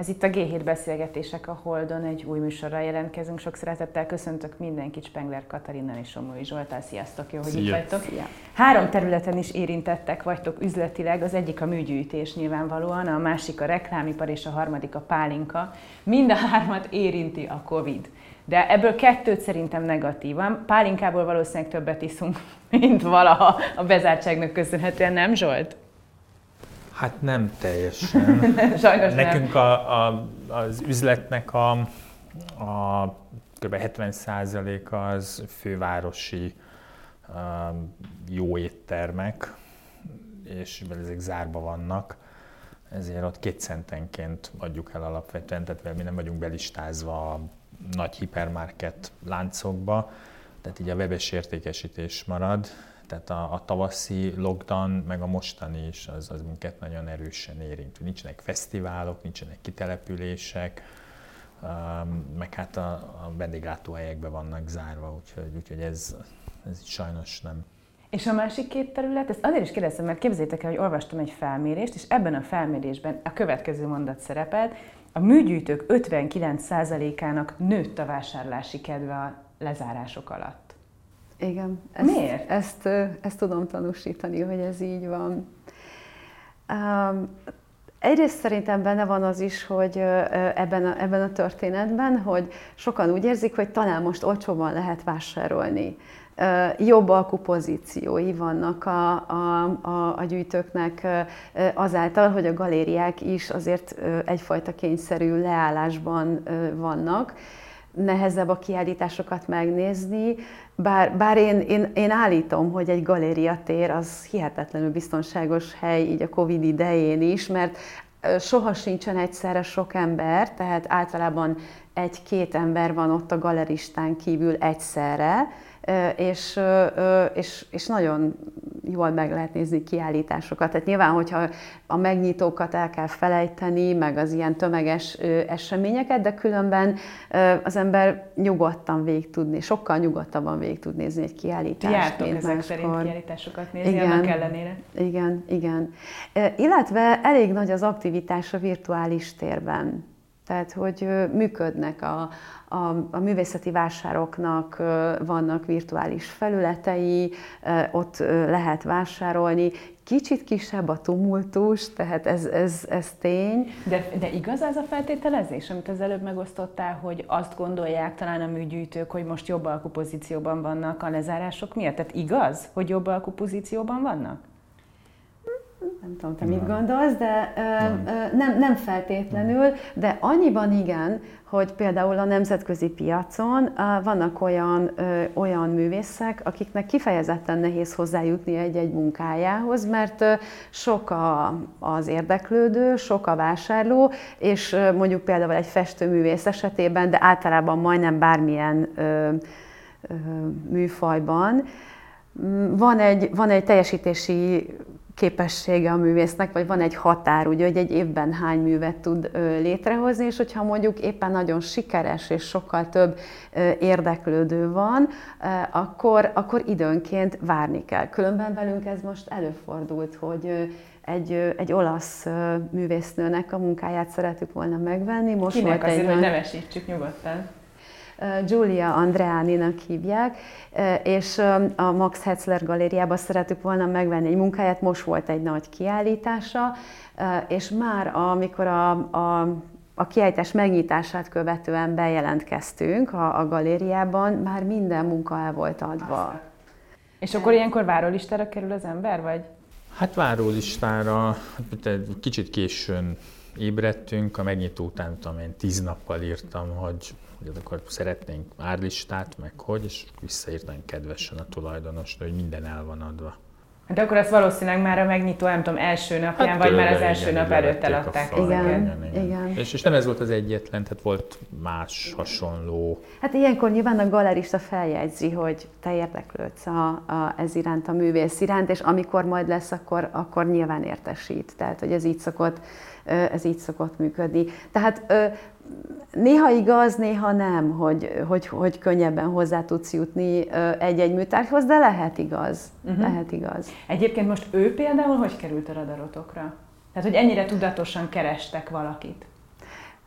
Ez itt a G7 beszélgetések a Holdon, egy új műsorral jelentkezünk. Sok szeretettel köszöntök mindenkit, Spengler Katarinnal és Somlói Zsolttal. Sziasztok, jó, hogy itt vagytok. Szia. 3 területen is érintettek vagytok üzletileg, az egyik a műgyűjtés nyilvánvalóan, a másik a reklámipar és a harmadik a pálinka. Mind a 3-at érinti a Covid. De ebből 2 szerintem negatívan. Pálinkából valószínűleg többet iszunk, mint valaha a bezártságnak köszönhetően, nem Zsolt? Hát nem teljesen. Sajnos nekünk az üzletnek a kb. 70%-a az fővárosi jó éttermek, és mivel ezek zárva vannak, ezért ott 2 centenként adjuk el alapvetően, tehát mi nem vagyunk belistázva a nagy hipermarket láncokba, tehát így a webes értékesítés marad. Tehát a tavaszi lockdown, meg a mostani is az minket nagyon erősen érint. Nincsenek fesztiválok, nincsenek kitelepülések, meg hát a vendéglátóhelyekben vannak zárva, úgyhogy ez sajnos nem. És a másik 2 terület, ezt azért is kérdeztem, mert képzeljétek el, hogy olvastam egy felmérést, és ebben a felmérésben a következő mondat szerepelt: a műgyűjtők 59%-ának nőtt a vásárlási kedve a lezárások alatt. Igen. Miért? Ezt tudom tanúsítani, hogy ez így van. Egyrészt szerintem benne van az is, hogy ebben a történetben, hogy sokan úgy érzik, hogy talán most olcsóban lehet vásárolni. Jobb alkupozíciói vannak a gyűjtőknek azáltal, hogy a galériák is azért egyfajta kényszerű leállásban vannak. Nehezebb a kiállításokat megnézni, bár én állítom, hogy egy galériatér az hihetetlenül biztonságos hely így a Covid idején is, mert soha sincsen egyszerre sok ember, tehát általában 1-2 ember van ott a galeristán kívül egyszerre, és nagyon jól meg lehet nézni kiállításokat. Tehát nyilván, hogyha a megnyitókat el kell felejteni, meg az ilyen tömeges eseményeket, de különben az ember sokkal nyugodtabban végig tud nézni egy kiállítást. Jártok ezek szerint kiállításokat nézni, igen, annak ellenére. Igen. Illetve elég nagy az aktivitás a virtuális térben. Tehát, hogy működnek a művészeti vásároknak, vannak virtuális felületei, ott lehet vásárolni. Kicsit kisebb a tumultus, tehát ez tény. De igaz az a feltételezés, amit az előbb megosztottál, hogy azt gondolják talán a műgyűjtők, hogy most jobb alkupozícióban vannak a lezárások miatt? Tehát igaz, hogy jobb alkupozícióban vannak? Nem tudom, te mit gondolsz, de nem feltétlenül, de annyiban igen, hogy például a nemzetközi piacon vannak olyan művészek, akiknek kifejezetten nehéz hozzájutni egy munkájához, mert sok az érdeklődő, sok a vásárló, és mondjuk például egy festőművész esetében, de általában majdnem bármilyen műfajban van egy teljesítési képessége a művésznek, vagy van egy határ, ugye, hogy egy évben hány művet tud létrehozni, és hogyha mondjuk éppen nagyon sikeres, és sokkal több érdeklődő van, akkor időnként várni kell. Különben velünk ez most előfordult, hogy egy olasz művésznőnek a munkáját szeretük volna megvenni. Most kinek azért, hogy nevesítsük nyugodtan? Giulia Andreaninak hívják, és a Max Hetzler galériában szeretük volna megvenni egy munkáját, most volt egy nagy kiállítása, és már amikor a kiállítás megnyitását követően bejelentkeztünk a galériában, már minden munka el volt adva. És akkor ilyenkor várólistára kerül az ember, vagy? Hát várólistára, kicsit későn ébredtünk, a megnyitó után 10 nappal írtam, hogy akkor szeretnénk árlistát, meg és visszaírtam kedvesen a tulajdonosra, hogy minden el van adva. De akkor azt valószínűleg már a megnyitó, nem tudom, első napján, vagy már az első nap előtt eladták. Igen. És nem ez volt az egyetlen, tehát volt más hasonló. Hát ilyenkor nyilván a galerista feljegyzi, hogy te érdeklődsz ez iránt, a művész iránt, és amikor majd lesz, akkor nyilván értesít. Tehát, hogy ez így szokott működni. Tehát néha igaz, néha nem, hogy könnyebben hozzá tudsz jutni egy-egy műtárgyhoz, de lehet igaz. Lehet igaz. Egyébként most ő például hogy került a radarotokra? Tehát, hogy ennyire tudatosan kerestek valakit?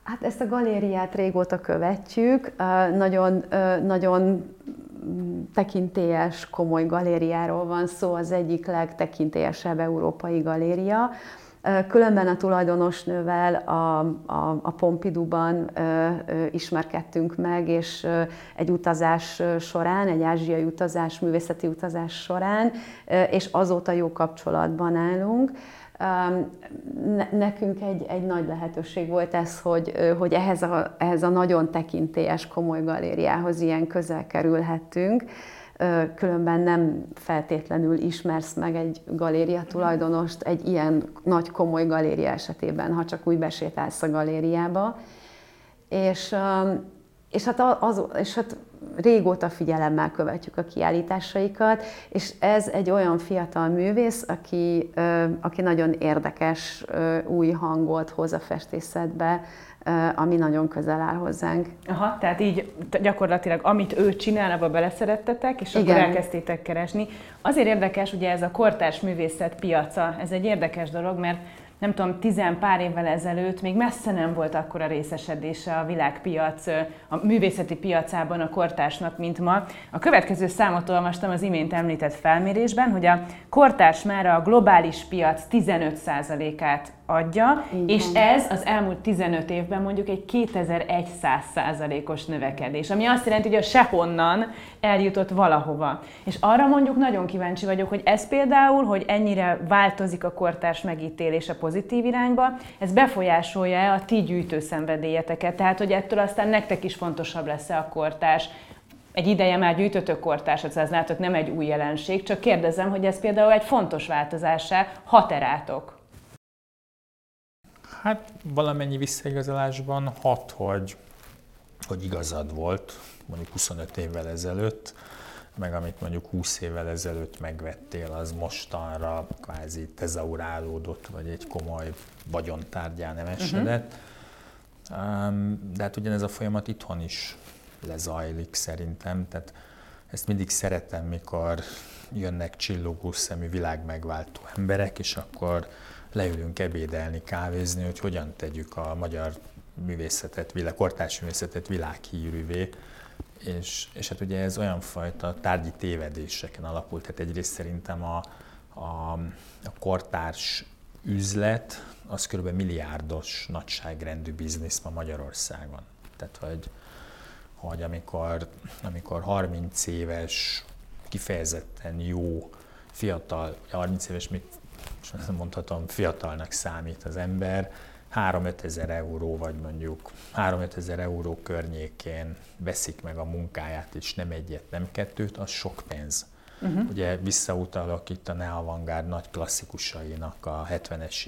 Hát ezt a galériát régóta követjük, nagyon tekintélyes, komoly galériáról van szó, az egyik legtekintélyesebb európai galéria. Különben a tulajdonosnővel a Pompidouban ismerkedtünk meg, és egy utazás során, egy ázsiai utazás, művészeti utazás során, és azóta jó kapcsolatban állunk. Nekünk egy nagy lehetőség volt ez, hogy ehhez a nagyon tekintélyes, komoly galériához ilyen közel kerülhettünk. Különben nem feltétlenül ismersz meg egy galéria tulajdonost egy ilyen nagy, komoly galéria esetében, ha csak úgy besétálsz a galériába. És hát régóta figyelemmel követjük a kiállításaikat, és ez egy olyan fiatal művész, aki nagyon érdekes új hangot hoz a festészetbe, ami nagyon közel áll hozzánk. Aha, tehát így gyakorlatilag amit ő csinál, abba beleszerettetek, és Igen. akkor elkezdtétek keresni. Azért érdekes, ugye ez a kortárs művészet piaca, ez egy érdekes dolog, mert nem tudom, 10 pár évvel ezelőtt még messze nem volt akkora részesedése a világpiac, a művészeti piacában a kortársnak, mint ma. A következő számot olvastam az imént említett felmérésben, hogy a kortárs már a globális piac 15%-át adja, és ez az elmúlt 15 évben mondjuk egy 2100%-os növekedés, ami azt jelenti, hogy a sehonnan eljutott valahova. És arra mondjuk nagyon kíváncsi vagyok, hogy ez például, hogy ennyire változik a kortárs megítélés a pozitív irányba, ez befolyásolja-e a ti gyűjtőszenvedélyeteket? Tehát, hogy ettől aztán nektek is fontosabb lesz-e a kortárs? Egy ideje már gyűjtötök kortársat, ez látok, nem egy új jelenség, csak kérdezem, hogy ez például egy fontos változássá hat-e rátok? Hát valamennyi visszaigazolásban hat, hogy igazad volt, mondjuk 25 évvel ezelőtt, meg amit mondjuk 20 évvel ezelőtt megvettél, az mostanra kvázi tezaurálódott, vagy egy komoly vagyontárgyá nem esedett. De hát ugyanez a folyamat itthon is lezajlik szerintem, tehát ezt mindig szeretem, mikor jönnek csillogó szemű világmegváltó emberek, és akkor leülünk ebédelni, kávézni, hogy hogyan tegyük a magyar művészetet, kortárs művészetet világhírűvé. És hát ugye ez olyan fajta tárgyi tévedéseken alapul, tehát egyrészt szerintem a kortárs üzlet az kb. Milliárdos nagyságrendű biznisz ma Magyarországon. Tehát, hogy amikor 30 éves, kifejezetten jó, fiatal, 30 éves, még nem mondhatom, fiatalnak számít az ember, 3-5 ezer euró, vagy mondjuk 3-5 ezer euró környékén veszik meg a munkáját, és nem egyet, nem kettőt, az sok pénz. Ugye visszautalok itt a neoavantgárd nagy klasszikusainak a 70-es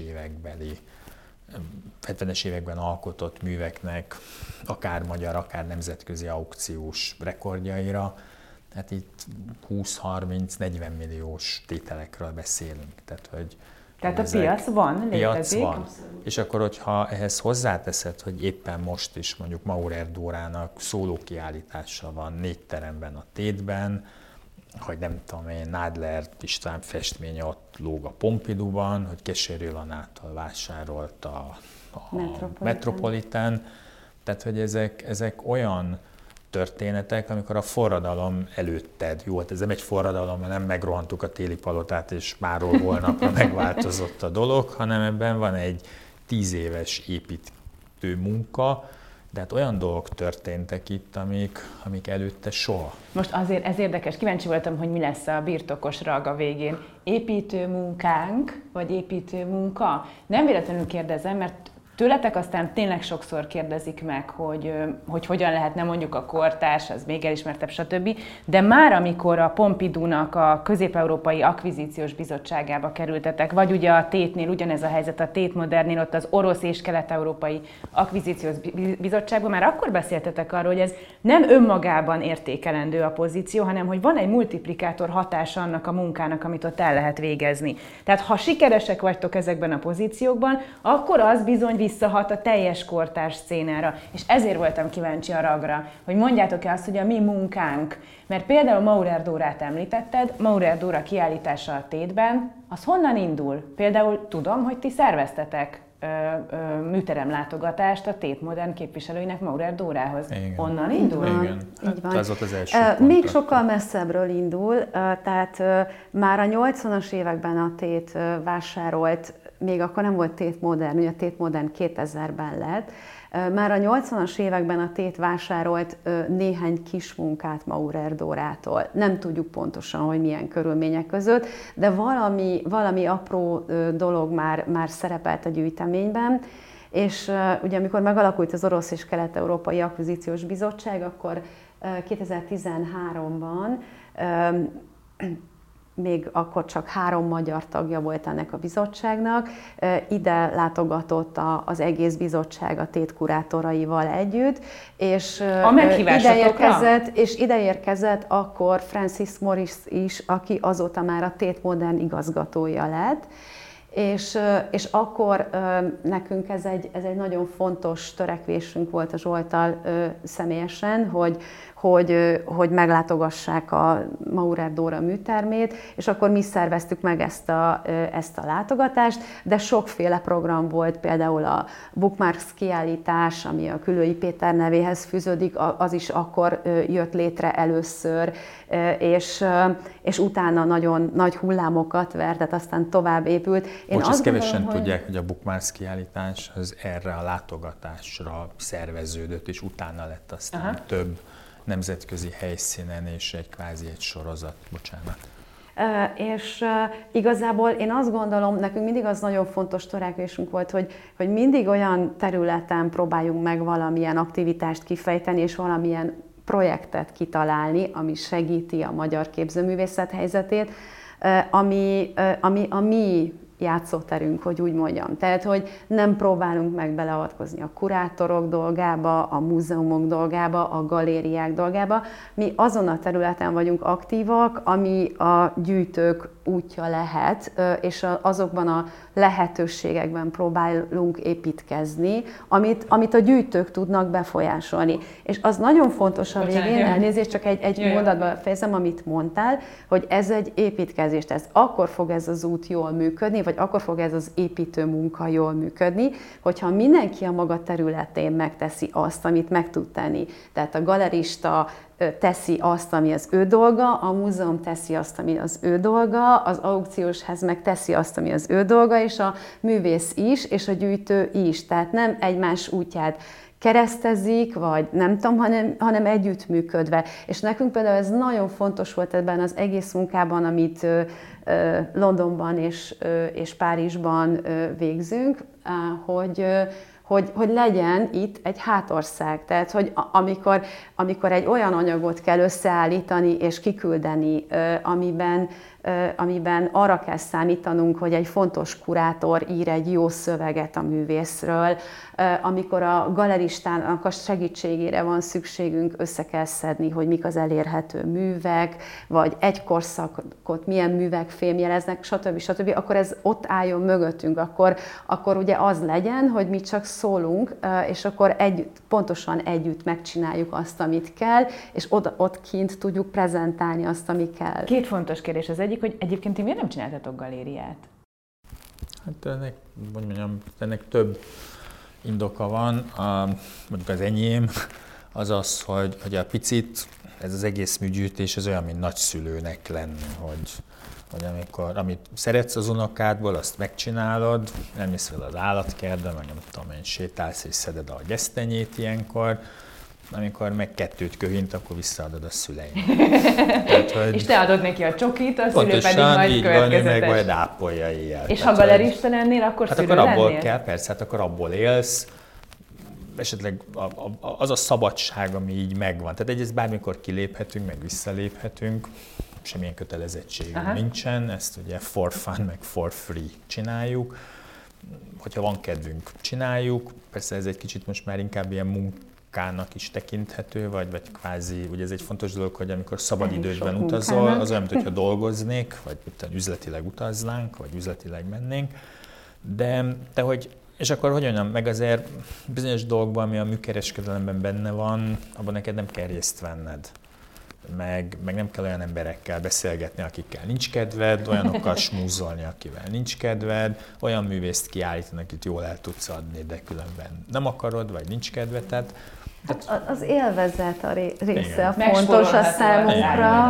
években alkotott műveknek, akár magyar, akár nemzetközi aukciós rekordjaira. Hát itt 20-30-40 milliós tételekről beszélünk. Tehát a piac van, létezik. Piac van. És akkor, hogyha ehhez hozzáteszed, hogy éppen most is mondjuk Maurer Dórának szólókiállítása van 4 teremben a Tétben, hogy nem tudom én, Nádler István festménye ott lóg a Pompidouban, hogy Keserű Lanától vásárolt a Metropolitan. Tehát, hogy ezek olyan történetek, amikor a forradalom előtted, jó, hát ez nem egy forradalom, mert nem megrohantuk a Téli Palotát, és máról holnapra megváltozott a dolog, hanem ebben van egy 10 éves építő munka, de hát olyan dolgok történtek itt, amik előtte soha. Most azért ez érdekes, kíváncsi voltam, hogy mi lesz a birtokos rag a végén. Építőmunkánk, vagy építőmunka? Nem véletlenül kérdezem, mert tőletek aztán tényleg sokszor kérdezik meg, hogy hogyan lehetne mondjuk a kortárs, az még elismertebb, stb. De már amikor a Pompidounak a Közép-Európai Akvizíciós Bizottságába kerültetek, vagy ugye a Tétnél ugyanez a helyzet, a Tét Modernnél, ott az Orosz és Kelet-Európai Akvizíciós Bizottságban, már akkor beszéltetek arról, hogy ez nem önmagában értékelendő a pozíció, hanem hogy van egy multiplikátor hatása annak a munkának, amit ott el lehet végezni. Tehát ha sikeresek vagytok ezekben a pozíciókban, akkor az bizony visszahat a teljes kortárs szcénára. És ezért voltam kíváncsi a ragra, hogy mondjátok-e azt, hogy a mi munkánk, mert például Maurer Dórát említetted, Maurer Dóra kiállítása a Tétben, az honnan indul? Például tudom, hogy ti szerveztetek műteremlátogatást a Tét Modern képviselőinek, Maurer Dórához. Igen. Onnan indul? Igen. Így van. Ez volt az első Még kontakt. sokkal messzebbről indul, tehát már a 80-as években a Tét vásárolt, még akkor nem volt Tét Modern, ugye a Tét Modern 2000-ben lett, már a 80-as években a Tét vásárolt néhány kis munkát Maurer Dórától. Nem tudjuk pontosan, hogy milyen körülmények között, de valami apró dolog már szerepelt a gyűjteményben, és ugye amikor megalakult az Orosz és Kelet-Európai Akvizíciós Bizottság, akkor 2013-ban még akkor csak 3 magyar tagja volt ennek a bizottságnak. Ide látogatott az egész bizottság a Tét kurátoraival együtt, és ide érkezett akkor Francis Morris is, aki azóta már a Tét Modern igazgatója lett. És akkor nekünk ez egy nagyon fontos törekvésünk volt a Zsolttal személyesen, hogy meglátogassák a Maurer Dóra műtermét, és akkor mi szerveztük meg ezt a látogatást, de sokféle program volt, például a Bookmarks kiállítás, ami a Küllői Péter nevéhez fűződik, az is akkor jött létre először, és utána nagyon nagy hullámokat vert, tehát aztán tovább épült. Ezt kevesen tudják, hogy a Bookmarks kiállítás az erre a látogatásra szerveződött, és utána lett aztán több nemzetközi helyszínen, és egy sorozat, bocsánat. És igazából én azt gondolom, nekünk mindig az nagyon fontos törekvésünk volt, hogy mindig olyan területen próbáljunk meg valamilyen aktivitást kifejteni, és valamilyen projektet kitalálni, ami segíti a magyar képzőművészet helyzetét, ami a mi játszóterünk, hogy úgy mondjam. Tehát, hogy nem próbálunk meg beleavatkozni a kurátorok dolgába, a múzeumok dolgába, a galériák dolgába. Mi azon a területen vagyunk aktívak, ami a gyűjtők útja lehet, és azokban a lehetőségekben próbálunk építkezni, amit a gyűjtők tudnak befolyásolni. És az nagyon fontos a végén, elnézést, csak egy mondatba fejezem, amit mondtál, hogy ez egy építkezés. Tehát akkor fog ez az út jól működni, vagy akkor fog ez az építő munka jól működni, hogyha mindenki a maga területén megteszi azt, amit meg tud tenni. Tehát a galerista teszi azt, ami az ő dolga, a múzeum teszi azt, ami az ő dolga, az aukciós ház meg teszi azt, ami az ő dolga, és a művész is, és a gyűjtő is. Tehát nem egymás útját keresztezik, vagy nem tudom, hanem együttműködve. És nekünk például ez nagyon fontos volt ebben az egész munkában, amit Londonban és Párizsban végzünk, hogy legyen itt egy hátország. Tehát, hogy amikor egy olyan anyagot kell összeállítani és kiküldeni, amiben arra kell számítanunk, hogy egy fontos kurátor ír egy jó szöveget a művészről, amikor a galeristának a segítségére van szükségünk, össze kell szedni, hogy mik az elérhető művek, vagy egy korszakot milyen művek fémjeleznek, stb., akkor ez ott álljon mögöttünk, akkor ugye az legyen, hogy mi csak szólunk, és akkor pontosan együtt megcsináljuk azt, amit kell, és ott kint tudjuk prezentálni azt, ami kell. 2 fontos kérdés. Az egyik, hogy egyébként ti miért nem csináltatok galériát? Hát ennek több indoka van. Mondjuk az enyém az, hogy a picit ez az egész műgyűjtés ez olyan, mint nagyszülőnek lenni, hogy amit szeretsz az unokádból, azt megcsinálod, elmész vele az állatkertbe, meg nem tudom én, sétálsz és szeded a gesztenyét ilyenkor, amikor meg 2 köhint, akkor visszaadod a szüleinek. És te adod neki a csokit, a szülő pedig majd következetes. Meg majd ápolja éjjel. És ha galerista lennél, akkor szülő lennél? Hát akkor abból kell, persze, hát akkor abból élsz. Esetleg az a szabadság, ami így megvan. Tehát egyrészt bármikor kiléphetünk, meg visszaléphetünk, semmilyen kötelezettségünk nincsen, ezt ugye for fun, meg for free csináljuk. Hogyha van kedvünk, csináljuk. Persze ez egy kicsit most már inkább ilyen munkának is tekinthető, vagy kvázi, ugye ez egy fontos dolog, hogy amikor szabadidődben utazol, az olyan, mintha dolgoznék, vagy üzletileg utaznánk, vagy üzletileg mennénk. De hogy, és akkor hogy mondjam, meg azért bizonyos dolgokban, ami a műkereskedelemben benne van, abban neked nem kell részt venned. meg nem kell olyan emberekkel beszélgetni, akikkel nincs kedved, olyanokkal smúzolni, akivel nincs kedved, olyan művészt kiállítani, akit jól el tudsz adni, de különben nem akarod, vagy nincs kedved. Tehát az élvezet a része a fontos a számunkra,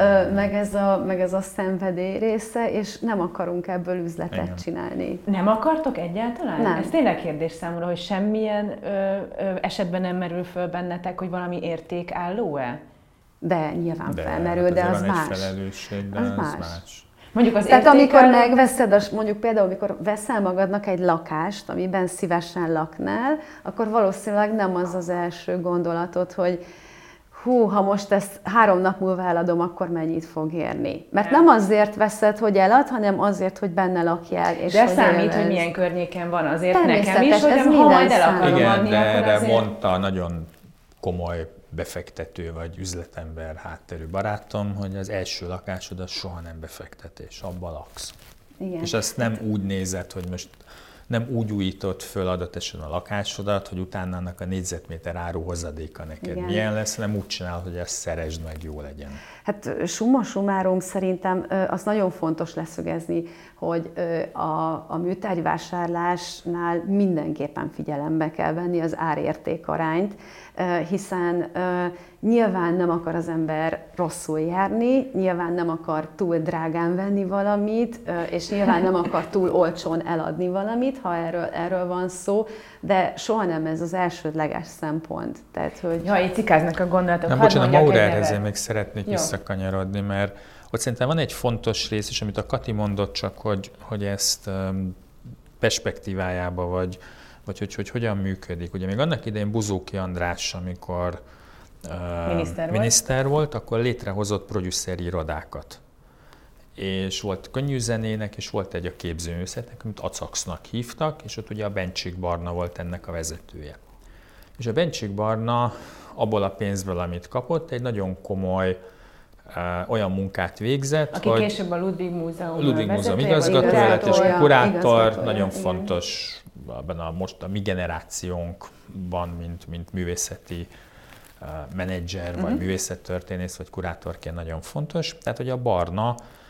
meg ez a szenvedély része, és nem akarunk ebből üzletet csinálni. Nem akartok egyáltalán? Nem. Ez tényleg kérdés számomra, hogy semmilyen esetben nem merül föl bennetek, hogy valami értékálló-e? De nyilván felmerül, de az más. Egy felelősség, de az más. Mondjuk az tehát amikor megveszed, mondjuk például, amikor veszel magadnak egy lakást, amiben szívesen laknál, akkor valószínűleg nem az az első gondolatod, hogy ha most ezt 3 nap múlva eladom, akkor mennyit fog érni. Mert nem azért veszed, hogy elad, hanem azért, hogy benne lakjál. És de számít, hogy milyen környéken van azért nekem is, hogy ez ha majd el akarom adni, de akkor erre azért... mondta nagyon komoly befektető vagy üzletember hátterű barátom, hogy az első lakásod az soha nem befektetés, abban laksz. Igen. És azt nem úgy nézed, hogy most nem úgy újítod föl adott esetben a lakásodat, hogy utána annak a négyzetméter áru hozadéka neked milyen lesz, hanem úgy csinálod, hogy ezt szeresd meg, jó legyen. Hát summa summarum szerintem az nagyon fontos leszögezni, hogy a műtárgyvásárlásnál mindenképpen figyelembe kell venni az ár-érték arányt, hiszen nyilván nem akar az ember rosszul járni, nyilván nem akar túl drágán venni valamit, és nyilván nem akar túl olcsón eladni valamit, ha erről van szó, de soha nem ez az elsődleges szempont. Tehát, hogy... Ja, így cikáznak a gondolatok. Nem, bocsánat, a Maurerhez még szeretnék visszakanyarodni, mert ott szerintem van egy fontos rész is, amit a Kati mondott, csak hogy ezt perspektívájába, vagy hogy hogyan működik. Ugye még annak idején Buzóki András, amikor miniszter volt, akkor létrehozott produceri irodákat. És volt könnyű zenének, és volt egy a képzőművészetnek, amit Acaxnak hívtak, és ott ugye a Bencsik Barna volt ennek a vezetője. És a Bencsik Barna abból a pénzből, amit kapott, egy nagyon komoly olyan munkát végzett, aki később a Ludwig Múzeum igazgatója lett, és kurátor, nagyon fontos most a mi generációnkban, mint művészeti menedzser, vagy művészettörténész, vagy kurátorként nagyon fontos. Tehát, hogy a Barna,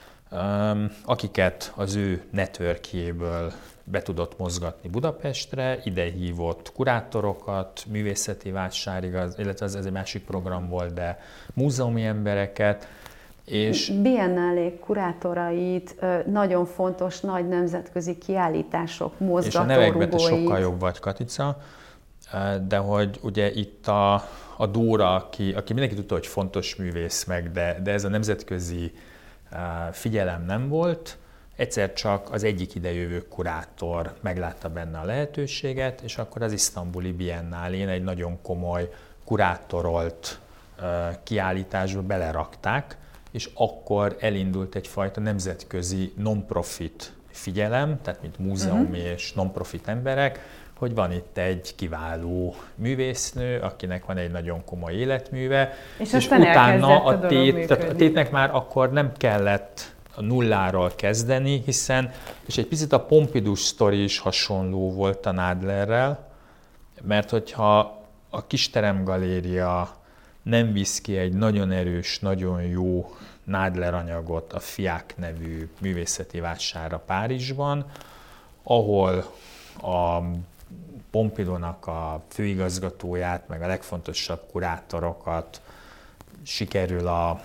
akiket az ő networkjéből be tudott mozgatni Budapestre, ide hívott kurátorokat, művészeti vásárigaz, illetve ez egy másik program volt, de múzeumi embereket, és Biennálék kurátorait, nagyon fontos nagy nemzetközi kiállítások mozgatórugóit. És a nevekben te sokkal jobb vagy, Katica, de hogy ugye itt a Dóra, aki mindenki tudta, hogy fontos művész meg, de ez a nemzetközi figyelem nem volt, egyszer csak az egyik idejövő kurátor meglátta benne a lehetőséget, és akkor az isztambuli Biennálén egy nagyon komoly kurátorolt kiállításba belerakták, és akkor elindult egyfajta nemzetközi non-profit figyelem, tehát mint múzeumi és non-profit emberek, hogy van itt egy kiváló művésznő, akinek van egy nagyon komoly életműve, és utána a tétnek már akkor nem kellett a nulláról kezdeni, hiszen, és egy picit a Pompidou sztori is hasonló volt a Nádlerrel, mert hogyha a Kisterem Galéria nem visz ki egy nagyon erős, nagyon jó Nádler anyagot a FIAC nevű művészeti vásárra Párizsban, ahol a Pompidounak a főigazgatóját, meg a legfontosabb kurátorokat sikerül a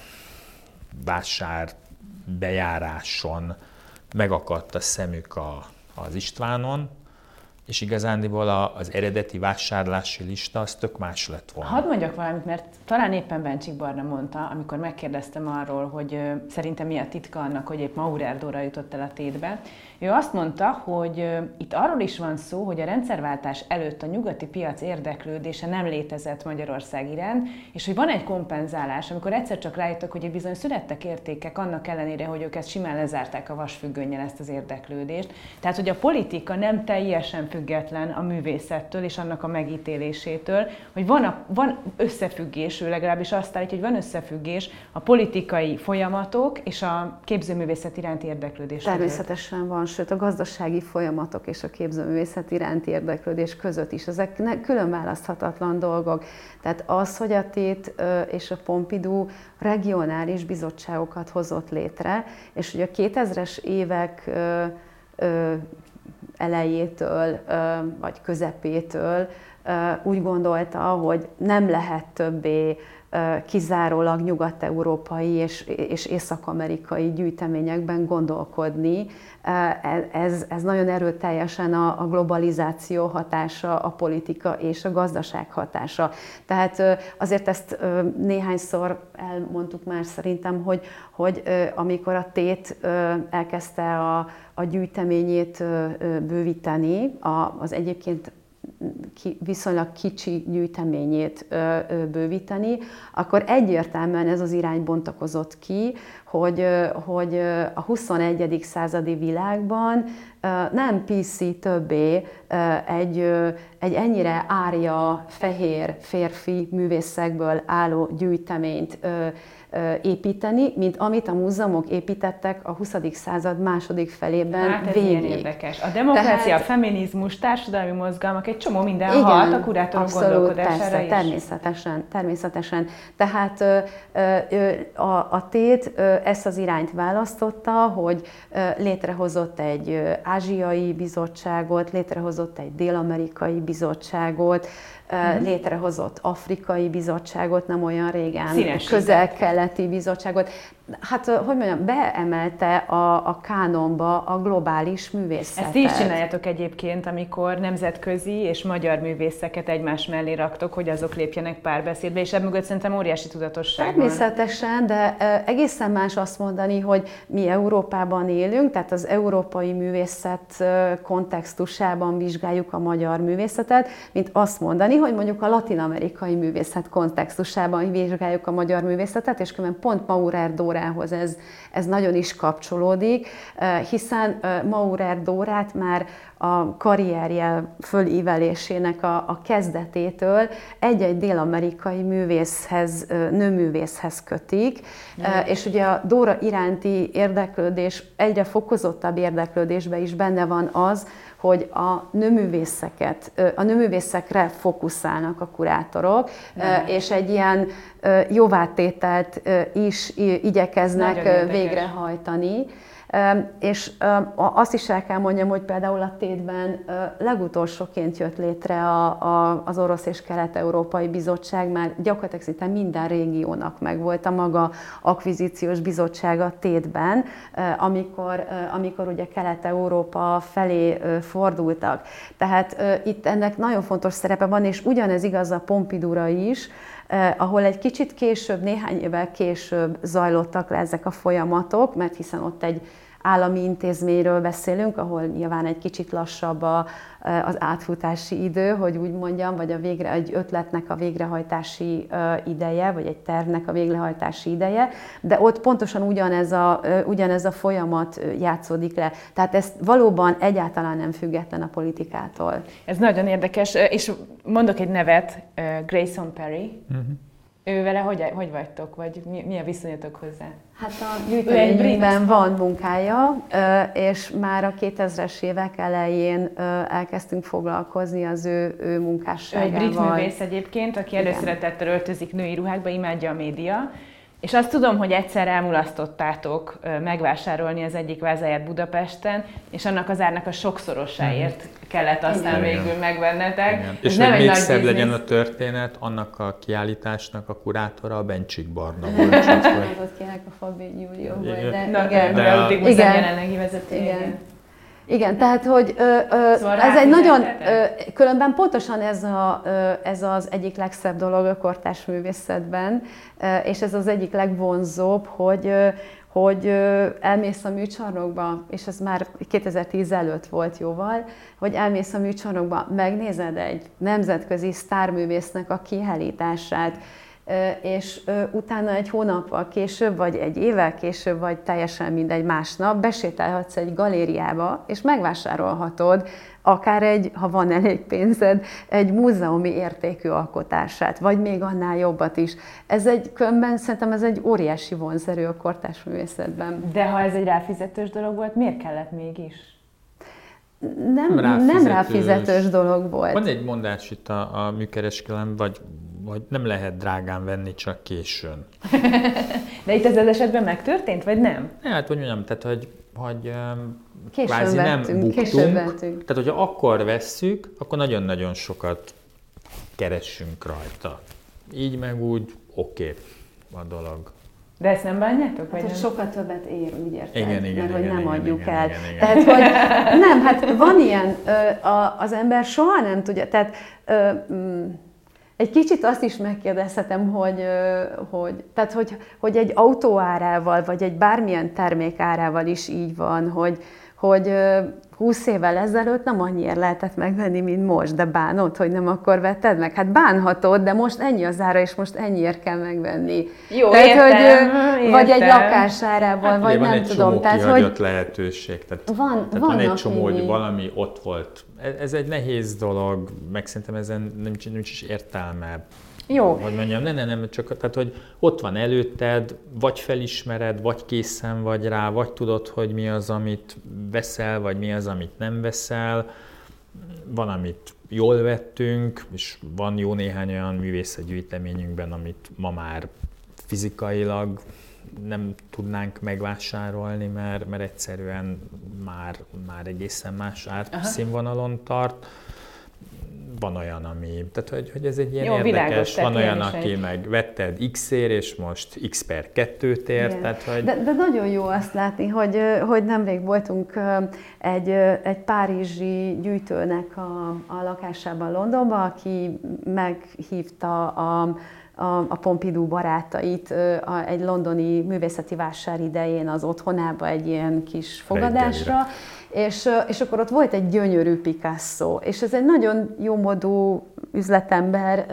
vásár bejáráson megakadt a szemük az Istvánon, és igazándiból az eredeti vásárlási lista az tök más lett volna. Hadd mondjak valamit, mert talán éppen Bencsik Barna mondta, amikor megkérdeztem arról, hogy szerintem mi a titka annak, hogy épp Maurer Dóra jutott el a tétbe. Ő azt mondta, hogy itt arról is van szó, hogy a rendszerváltás előtt a nyugati piac érdeklődése nem létezett Magyarország iránt, és hogy van egy kompenzálás, amikor egyszer csak rájöttek, hogy bizony születtek értékek, annak ellenére, hogy ők ezt simán lezárták a vasfüggönnyel ezt az érdeklődést. Tehát, hogy a politika nem teljesen függ független a művészettől és annak a megítélésétől, hogy van összefüggés, ő legalábbis azt állítja, hogy van összefüggés a politikai folyamatok és a képzőművészet iránti érdeklődés között. Természetesen van, sőt a gazdasági folyamatok és a képzőművészet iránti érdeklődés között is. Ezek külön választhatatlan dolgok. Tehát az, hogy a Tét és a Pompidou regionális bizottságokat hozott létre, és hogy a 2000-es évek elejétől vagy közepétől úgy gondolta, hogy nem lehet többé kizárólag nyugat-európai és észak-amerikai gyűjteményekben gondolkodni. Ez nagyon erőteljesen a globalizáció hatása, a politika és a gazdaság hatása. Tehát azért ezt néhányszor elmondtuk már szerintem, hogy amikor a Tét elkezdte a gyűjteményét bővíteni, az egyébként viszonylag kicsi gyűjteményét bővíteni, akkor egyértelműen ez az irány bontakozott ki, hogy a 21. századi világban nem PC többé egy ennyire árja, fehér, férfi művészekből álló gyűjteményt építeni, mint amit a múzeumok építettek a 20. század második felében hát végig. Ez érdekes. A demokrácia, a feminizmus, társadalmi mozgalmak, egy csomó minden hat a kurátorok gondolkodására is. Természetesen. Tehát a Tét ezt az irányt választotta, hogy létrehozott egy ázsiai bizottságot, létrehozott egy dél-amerikai bizottságot, létrehozott afrikai bizottságot, nem olyan régen, közel-keleti bizottságot. Hát, hogy mondjam, beemelte a kánonba a globális művészetet. Ezt is csináljátok egyébként, amikor nemzetközi és magyar művészeket egymás mellé raktok, hogy azok lépjenek párbeszédbe, és ebből szerintem óriási tudatosság van. Természetesen, de egészen más azt mondani, hogy mi Európában élünk, tehát az európai művészet kontextusában vizsgáljuk a magyar művészetet, mint azt mondani, hogy mondjuk a latin-amerikai művészet kontextusában vizsgáljuk a magyar művészetet, és különben pont Maurer Dórához ez nagyon is kapcsolódik, hiszen Maurer Dórát már a karrierje fölívelésének a kezdetétől egy-egy dél-amerikai művészhez, nőművészhez kötik, és ugye a Dóra iránti érdeklődés, egyre fokozottabb érdeklődésben is benne van az, hogy a nőművészekre fókuszálnak a kurátorok, és egy ilyen jóvátételt is igyekeznek végrehajtani. És azt is el kell mondjam, hogy például a Tétben legutolsóként jött létre az Orosz és Kelet-Európai Bizottság, már gyakorlatilag szinte minden régiónak megvolt a maga akvizíciós bizottsága Tétben, amikor ugye Kelet-Európa felé fordultak. Tehát itt ennek nagyon fontos szerepe van, és ugyanez igaz a Pompidoura is, ahol egy kicsit később, néhány évvel később zajlottak le ezek a folyamatok, mert hiszen ott egy állami intézményről beszélünk, ahol nyilván egy kicsit lassabb az átfutási idő, hogy úgy mondjam, vagy egy ötletnek a végrehajtási ideje, vagy egy tervnek a végrehajtási ideje, de ott pontosan ugyanez a folyamat játszódik le. Tehát ez valóban egyáltalán nem független a politikától. Ez nagyon érdekes, és mondok egy nevet, Grayson Perry. Ő vele hogy vagytok, vagy mi a viszonyatok hozzá? Hát a gyűjteményben van munkája, és már a 2000-es évek elején elkezdtünk foglalkozni az ő munkásságával. Egy brit művész egyébként, aki előszeretettel öltözik női ruhákba, imádja a média. És azt tudom, hogy egyszer elmulasztottátok megvásárolni az egyik vázáját Budapesten, és annak az árnak a sokszorosáért kellett aztán végül megvennetek. És hogy még szebb legyen a történet, annak a kiállításnak a kurátora a Bencsik Barna volt. Ott kérek a Fabi Júlió volt, de a Múzeum jelenlegi vezetője. Igen, tehát, hogy ez egy nagyon, különben pontosan ez az egyik legszebb dolog a kortárs művészetben, és ez az egyik legvonzóbb, hogy elmész a műcsarnokba, és ez már 2010 előtt volt jóval, hogy elmész a műcsarnokba, megnézed egy nemzetközi sztárművésznek a kiállítását, és utána egy hónappal később, vagy egy évvel később, vagy teljesen mindegy másnap besétálhatsz egy galériába, és megvásárolhatod akár ha van elég pénzed, egy múzeumi értékű alkotását, vagy még annál jobbat is. Különben szerintem ez egy óriási vonzerő a kortárs művészetben. De ha ez egy ráfizetős dolog volt, miért kellett mégis? Nem ráfizetős dolog volt. Van egy mondás itt a műkereskedelem, vagy nem lehet drágán venni, csak későn. De itt ez az esetben megtörtént, vagy nem? Hát, hogy mondjam, tehát, hogy kvázi nem buktunk. Tehát, hogyha akkor vesszük, akkor nagyon-nagyon sokat keressünk rajta. Így meg úgy oké a dolog. De ezt nem bánjátok? Hát, hogy sokkal többet ér, úgy érted? Igen, mert hogy nem adjuk el. Igen. Tehát, hogy nem, hát van ilyen, az ember soha nem tudja, tehát egy kicsit azt is megkérdezhetem, hogy egy autó árával, vagy egy bármilyen termék árával is így van, hogy 20 évvel ezelőtt nem annyiért lehetett megvenni, mint most, de bánod, hogy nem akkor vetted meg? Hát bánhatod, de most ennyi az ára, és most ennyiért kell megvenni. Jó, tehát, értem. Vagy egy lakás árával, hát, vagy nem tudom. Van egy csomó kihagyott lehetőség. Tehát van egy csomó, hogy valami ott volt. Ez egy nehéz dolog, meg szerintem ezen nincs is értelme. Jó. Hogy mondjam, nem, csak tehát, hogy ott van előtted, vagy felismered, vagy készen vagy rá, vagy tudod, hogy mi az, amit veszel, vagy mi az, amit nem veszel. Van, amit jól vettünk, és van jó néhány olyan művészetgyűjteményünkben, amit ma már fizikailag nem tudnánk megvásárolni, mert egyszerűen már egészen más árszínvonalon tart. Van olyan, tehát hogy ez egy ilyen jó, érdekes, van olyan, aki meg vetted X-ért, és most X/2-t ér. Tehát, hogy... de nagyon jó azt látni, hogy nemrég voltunk egy párizsi gyűjtőnek a lakásában Londonban, aki meghívta a Pompidou barátait egy londoni művészeti vásár idején az otthonába egy ilyen kis fogadásra, és akkor ott volt egy gyönyörű Picasso, és ez egy nagyon jómódú üzletember,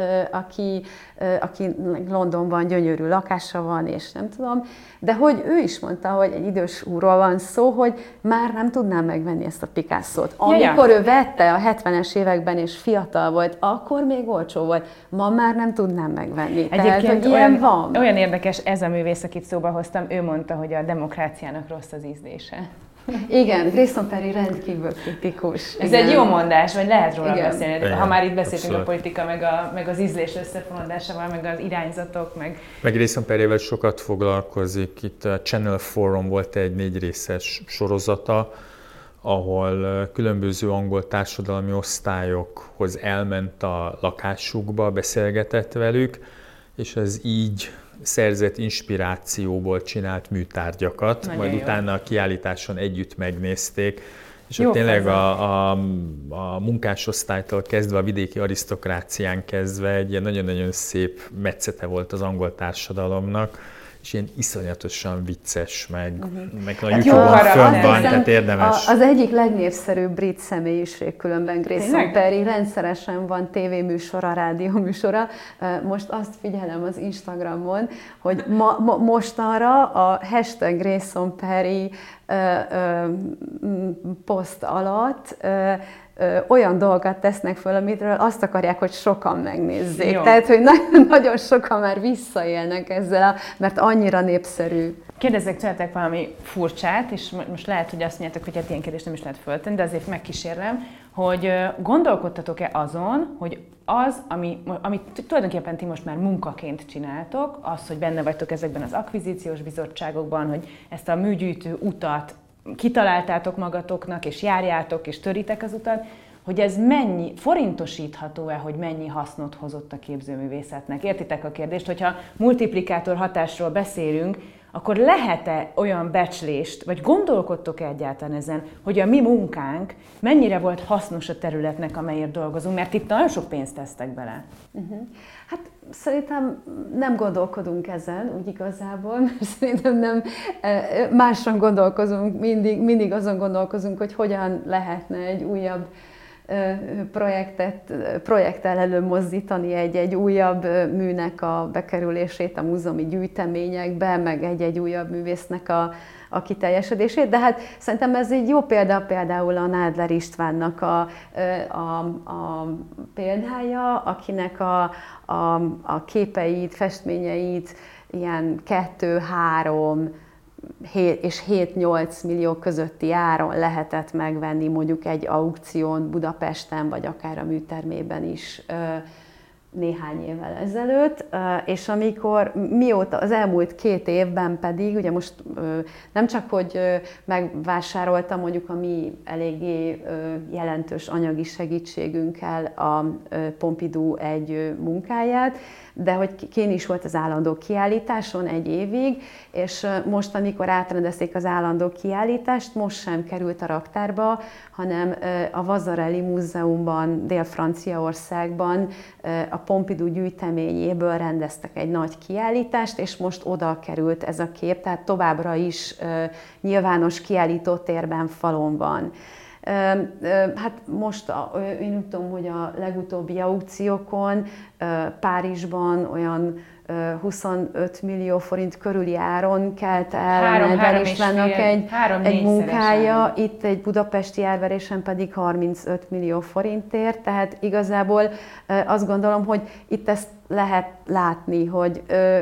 aki Londonban gyönyörű lakása van, és nem tudom, de hogy ő is mondta, hogy egy idős úrról van szó, hogy már nem tudnám megvenni ezt a Picasso-t. Amikor ő vette a 70-es években, és fiatal volt, akkor még olcsó volt, ma már nem tudnám megvenni. Egyébként Tehát, olyan érdekes ez a művész, akit szóba hoztam, ő mondta, hogy a demokráciának rossz az ízlése. Igen, Grayson Perry rendkívül kritikus. Ez egy jó mondás, vagy lehet róla beszélni. Ha már itt beszéltünk a politika, meg az ízlés összefonódásával, meg az irányzatok, meg Grayson Perryvel sokat foglalkozik. Itt a Channel 4-on volt egy 4 részes sorozata, ahol különböző angol társadalmi osztályokhoz elment a lakásukba, beszélgetett velük, és az így szerzett inspirációból csinált műtárgyakat, nagyon majd jó. Utána a kiállításon együtt megnézték, és ott tényleg a munkásosztálytól kezdve, a vidéki arisztokrácián kezdve egy ilyen nagyon-nagyon szép metszete volt az angol társadalomnak, és ilyen iszonyatosan vicces, meg a YouTube-on fönn van, tehát érdemes. Az egyik legnépszerűbb brit személyiség különben Grayson Perry, rendszeresen van tévéműsora, rádióműsora. Most azt figyelem az Instagramon, hogy mostanra a hashtag Grayson Perry poszt alatt olyan dolgokat tesznek föl, amitről azt akarják, hogy sokan megnézzék. Jó. Tehát, hogy nagyon sokan már visszaélnek ezzel, mert annyira népszerű. Kérdezzek tőletek valami furcsát, és most lehet, hogy azt mondjátok, hogy hát ilyen kérdést nem is lehet föltenni, de azért megkísérlem, hogy gondolkodtatok-e azon, hogy az, amit tulajdonképpen ti most már munkaként csináltok, az, hogy benne vagytok ezekben az akvizíciós bizottságokban, hogy ezt a műgyűjtő utat kitaláltátok magatoknak, és járjátok, és töritek az utat, hogy ez mennyi, forintosítható-e, hogy mennyi hasznot hozott a képzőművészetnek? Értitek a kérdést, hogyha multiplikátor hatásról beszélünk, akkor lehet-e olyan becslést, vagy gondolkodtok-e egyáltalán ezen, hogy a mi munkánk mennyire volt hasznos a területnek, amelyért dolgozunk, mert itt nagyon sok pénzt tesztek bele. Hát szerintem nem gondolkodunk ezen, úgy igazából, mert szerintem nem máson gondolkozunk, mindig azon gondolkozunk, hogy hogyan lehetne egy újabb projekttel előmozdítani egy újabb műnek a bekerülését a múzeumi gyűjteményekbe, meg egy újabb művésznek a kiteljesedését, de hát szerintem ez egy jó példa például a Nádler Istvánnak a példája, akinek a képeit, festményeit ilyen 2-3 és 7-8 millió közötti áron lehetett megvenni mondjuk egy aukción Budapesten, vagy akár a műtermében is néhány évvel ezelőtt, és mióta az elmúlt 2 évben pedig, ugye most nem csak, hogy megvásároltam mondjuk a mi eléggé jelentős anyagi segítségünkkel a Pompidou egy munkáját, de hogy kén is volt az állandó kiállításon 1 évig, és most, amikor átrendezték az állandó kiállítást, most sem került a raktárba, hanem a Vasarely Múzeumban, Dél-Franciaországban a Pompidou gyűjteményéből rendeztek egy nagy kiállítást, és most oda került ez a kép, tehát továbbra is nyilvános kiállítótérben falon van. Hát most én úgy tudom, hogy a legutóbbi aukciókon Párizsban olyan 25 millió forint körüli áron kelt el Nádler Istvánnak egy munkája, itt egy budapesti árverésen pedig 35 millió forintért, tehát igazából azt gondolom, hogy itt ezt lehet látni, hogy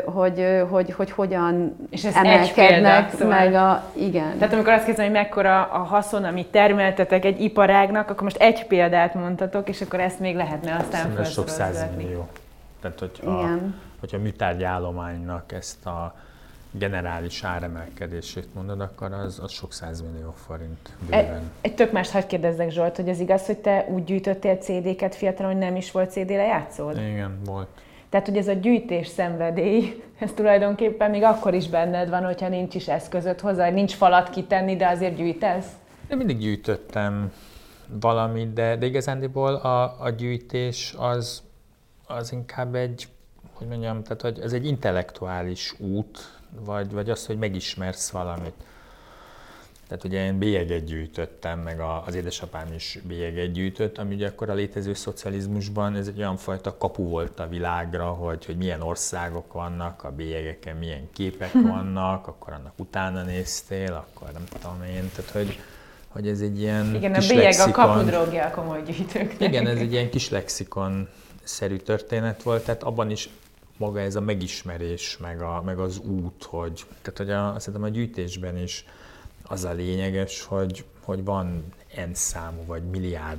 hogyan és emelkednek példa, meg igen. Tehát amikor azt kérdezem, hogy mekkora a haszon, amit termeltetek egy iparágnak, akkor most egy példát mondtatok, és akkor ezt még lehetne aztán felszorozni. Sok 100 millió. Tehát, hogyha a műtárgyi állománynak ezt a generális áremelkedését mondod, akkor az sok 100 millió forint bőven. Egy tök mást hadd kérdezzek, Zsolt, hogy az igaz, hogy te úgy gyűjtöttél CD-ket fiatalon, hogy nem is volt CD lejátszód? Igen, volt. Tehát, hogy ez a gyűjtés szenvedély, ez tulajdonképpen még akkor is benned van, hogyha nincs is eszközöd hozzá, nincs falat kitenni, de azért gyűjtesz? Én mindig gyűjtöttem valamit, de igazándiból a gyűjtés az inkább egy, hogy mondjam, tehát hogy ez egy intellektuális út, vagy az, hogy megismersz valamit. Tehát ugye én bélyeget gyűjtöttem, meg az édesapám is bélyeget gyűjtött, ami ugye akkor a létező szocializmusban ez egy olyan fajta kapu volt a világra, hogy milyen országok vannak, a bélyegeken milyen képek vannak, akkor annak utána néztél, akkor nem tudom én, tehát hogy ez egy ilyen igen, kis a bélyeg lexikon. A kapudrogja a komoly gyűjtőknek. Igen, ez egy ilyen kis lexikon-szerű történet volt, tehát abban is maga ez a megismerés, meg az út, tehát hogy szerintem a gyűjtésben is az a lényeges, hogy van n számú vagy milliárd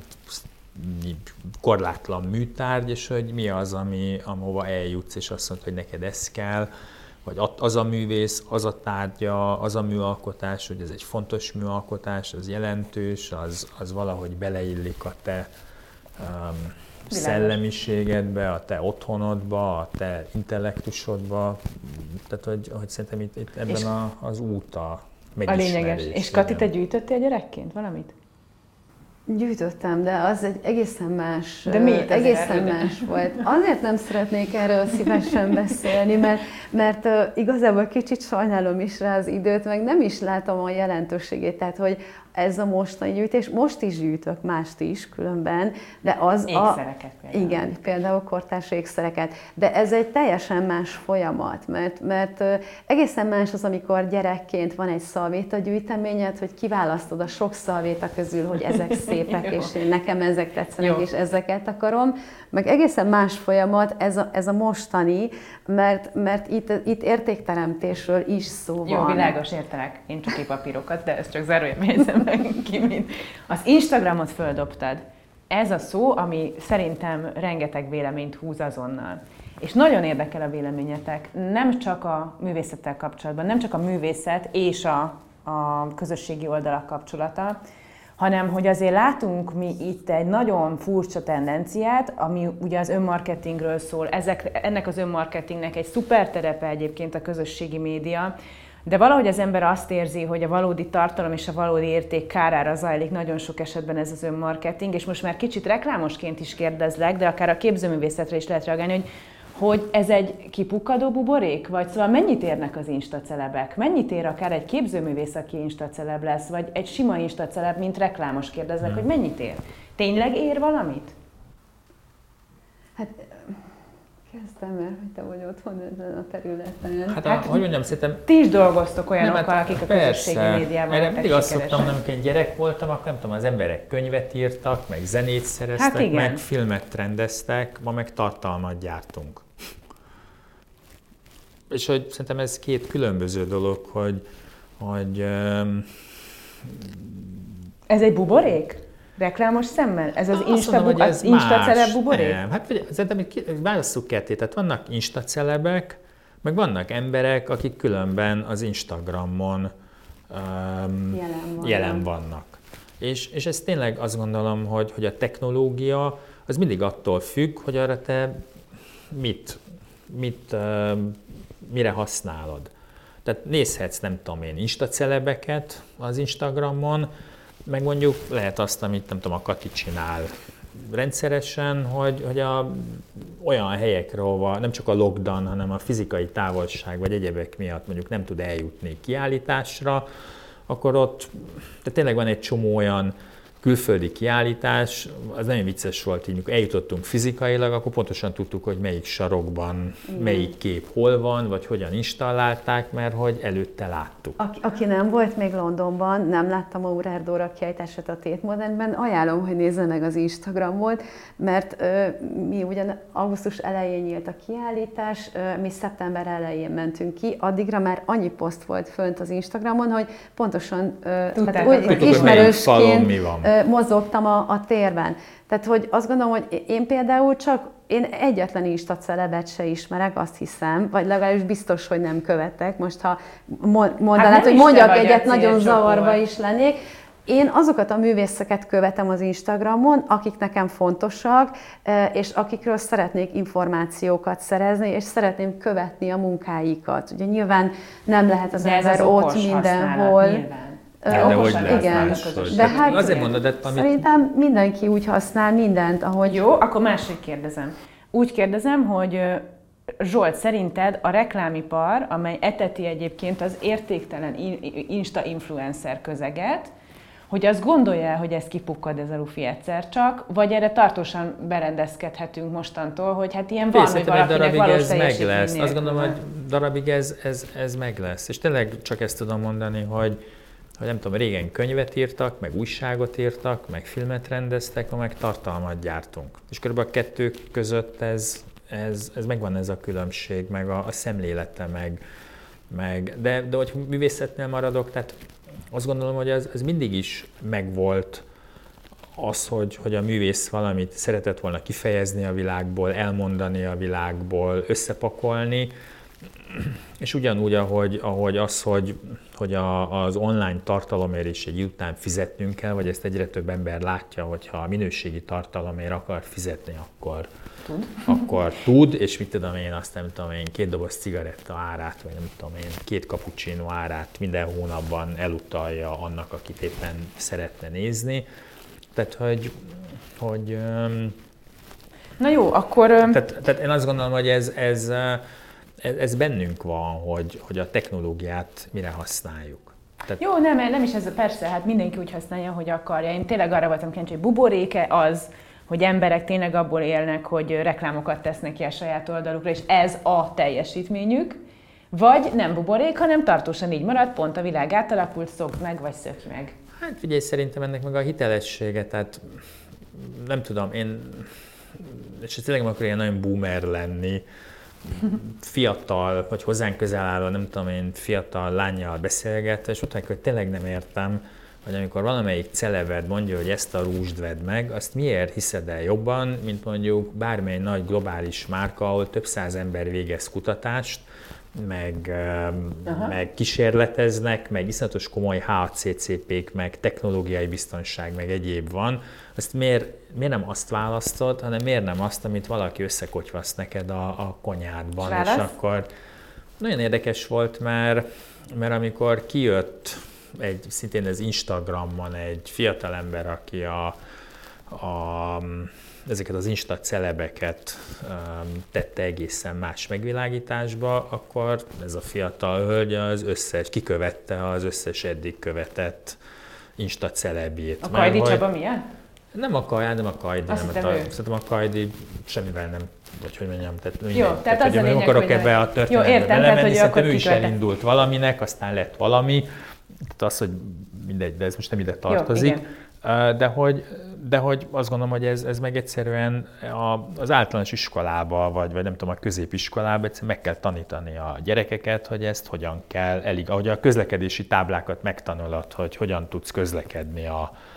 korlátlan műtárgy, és hogy mi az, ahova eljutsz, és azt mondod, hogy neked ez kell, vagy az a művész, az a tárgya, az a műalkotás, hogy ez egy fontos műalkotás, az jelentős, az valahogy beleillik a te szellemiségedbe, a te otthonodba, a te intellektusodba. Tehát, hogy szerintem itt ebben az út a megismerés. A lényeges. És Kati, te gyűjtöttél gyerekként valamit? Gyűjtöttem, de az egy egészen más, de miért egészen más volt. Azért nem szeretnék erről szívesen beszélni, mert igazából kicsit sajnálom is rá az időt, meg nem is látom a jelentőségét, tehát hogy ez a mostani gyűjtés, most is gyűjtök mást is különben, de az ékszereket például. Igen, például kortárs ékszereket, de ez egy teljesen más folyamat, mert egészen más az, amikor gyerekként van egy szalvétagyűjteményed, hogy kiválasztod a sok szalvéta közül, hogy ezek szépek, és nekem ezek tetszenek, és ezeket akarom, meg egészen más folyamat ez a mostani, mert itt értékteremtésről is szó van. Jó, világos, értelek. Én csak papírokat, de ez csak zárójelben jegyzem meg ki. Az Instagramot földobtad. Ez a szó, ami szerintem rengeteg véleményt húz azonnal. És nagyon érdekel a véleményetek, nem csak a művészettel kapcsolatban, nem csak a művészet és a közösségi oldalak kapcsolata, hanem hogy azért látunk mi itt egy nagyon furcsa tendenciát, ami ugye az önmarketingről szól. Ennek az önmarketingnek egy szuper terepe egyébként a közösségi média, de valahogy az ember azt érzi, hogy a valódi tartalom és a valódi érték kárára zajlik nagyon sok esetben ez az önmarketing, és most már kicsit reklámosként is kérdezlek, de akár a képzőművészetre is lehet reagálni, hogy ez egy kipukkadó buborék? Vagy szóval mennyit érnek az instacelebek? Mennyit ér akár egy képzőművész, aki instaceleb lesz? Vagy egy sima instaceleb, mint reklámos kérdeznek, hogy mennyit ér? Tényleg ér valamit? Hát kezdtem, mert hogy te vagy otthon ezen a területen. Hát hogy mondjam, szerintem... Ti is dolgoztok olyanokkal, akik a közösségi médiában erre lettek mindig azt sikeresek. szoktam, amikor én gyerek voltam, akkor nem tudom, az emberek könyvet írtak, meg zenét szereztek, meg filmet rendeztek, ma meg tartalmat gyártunk. És hogy szerintem ez két különböző dolog, hogy Ez egy buborék? Reklámos szemmel? Ez az az Insta-celeb buborék? Nem, hát szerintem válasszuk ketté. Tehát vannak Insta-celebek, meg vannak emberek, akik különben az Instagramon jelen vannak. És ez tényleg azt gondolom, hogy a technológia az mindig attól függ, hogy arra te mire használod. Tehát nézhetsz, nem tudom én, Insta-celebeket az Instagramon, meg mondjuk lehet azt, amit nem tudom, a Kati csinál rendszeresen, hogy olyan helyekre, ahova nem csak a lockdown, hanem a fizikai távolság vagy egyebek miatt mondjuk nem tud eljutni kiállításra, akkor ott tényleg van egy csomó olyan külföldi kiállítás, az nagyon vicces volt, így mikor eljutottunk fizikailag, akkor pontosan tudtuk, hogy melyik sarokban, melyik kép hol van, vagy hogyan installálták, mert hogy előtte láttuk. Aki nem volt még Londonban, nem látta Maurer Dóra kiállítását a Tate Modernben, ajánlom, hogy nézze meg az Instagramot, mert mi ugyan augusztus elején nyílt a kiállítás, mi szeptember elején mentünk ki, addigra már annyi poszt volt fönt az Instagramon, hogy pontosan ismerősként mozogtam a térben. Tehát, hogy azt gondolom, hogy én például én egyetlen Insta-celebet se ismerek, azt hiszem, vagy legalábbis biztos, hogy nem követek. Most, ha mondanád, hogy mondjak egyet, nagyon zavarba is lennék. Én azokat a művészeket követem az Instagramon, akik nekem fontosak, és akikről szeretnék információkat szerezni, és szeretném követni a munkáikat. Ugye nyilván nem lehet az ember ott mindenhol. De hogy lehet igen. De hát azért mondod, amit... Szerintem mindenki úgy használ mindent, ahogy... Jó, akkor máshogy kérdezem. Úgy kérdezem, hogy Zsolt, szerinted a reklámipar, amely eteti egyébként az értéktelen Insta-influencer közeget, hogy azt gondolja, hogy ez kipukkad ez a lufi egyszer csak, vagy erre tartósan berendezkedhetünk mostantól, hogy hát ilyen van, hogy valakinek valós teljesítmény nélkül. Azt gondolom, hogy darabig ez meg lesz. És tényleg csak ezt tudom mondani, hogy nem tudom, régen könyvet írtak, meg újságot írtak, meg filmet rendeztek, meg tartalmat gyártunk. És körülbelül a kettő között ez megvan ez a különbség, meg a szemlélete, de hogy művészetnél maradok, tehát azt gondolom, hogy ez mindig is megvolt az, hogy a művész valamit szeretett volna kifejezni a világból, elmondani a világból, összepakolni, és ugyanúgy, ahogy az online tartalomért is egy után fizetnünk kell, vagy ezt egyre több ember látja, hogyha a minőségi tartalomért akar fizetni, akkor tud, és mit tudom én, azt nem tudom én, 2 doboz cigaretta árát, vagy nem tudom én, 2 cappuccino árát minden hónapban elutalja annak, akit éppen szeretne nézni. Tehát, hogy na jó, akkor... Tehát én azt gondolom, hogy ez bennünk van, hogy a technológiát mire használjuk. Tehát... Jó, nem is ez, persze, hát mindenki úgy használja, hogy akarja. Én tényleg arra voltam kíváncsi, hogy buboréke az, hogy emberek tényleg abból élnek, hogy reklámokat tesznek ki a saját oldalukra, és ez a teljesítményük, vagy nem buborék, hanem tartósan így marad, pont a világ átalakult, szokd meg, vagy szökj meg. Hát figyelj, szerintem ennek meg a hitelessége, tehát nem tudom, és tényleg nem akarok ilyen nagyon boomer lenni, fiatal, vagy hozzánk közel álló, nem tudom én, fiatal lánnyal beszélgetve, és utána, hogy tényleg nem értem, hogy amikor valamelyik celebed mondja, hogy ezt a rúzst vedd meg, azt miért hiszed el jobban, mint mondjuk bármely nagy globális márka, ahol több száz ember végez kutatást, meg kísérleteznek, meg iszonyatos komoly HACCP-k, meg technológiai biztonság, meg egyéb van. Azt miért nem azt választod, hanem miért nem azt, amit valaki összekotyvasz neked a konyhádban. És akkor nagyon érdekes volt, mert amikor kijött szintén az Instagramon egy fiatalember, aki ezeket az Insta celebeket tette egészen más megvilágításba, akkor ez a fiatal hölgy kikövette az összes eddig követett Insta celebjét. A Kajdi Csaba milyen? Nem a Kajdi, szerintem a Kajdi semmivel nem, vagy hogy mondjam, tehát az a lényeg, nem akarok hogy ebbe a történetbe belemenni, szerintem ő is elindult valaminek, aztán lett valami, tehát az, hogy mindegy, de ez most nem ide tartozik, de hogy azt gondolom, hogy ez meg egyszerűen az általános iskolába, vagy nem tudom, a középiskolába egyszerűen meg kell tanítani a gyerekeket, hogy ezt hogyan kell, ahogy a közlekedési táblákat megtanulod, hogy hogyan tudsz közlekedni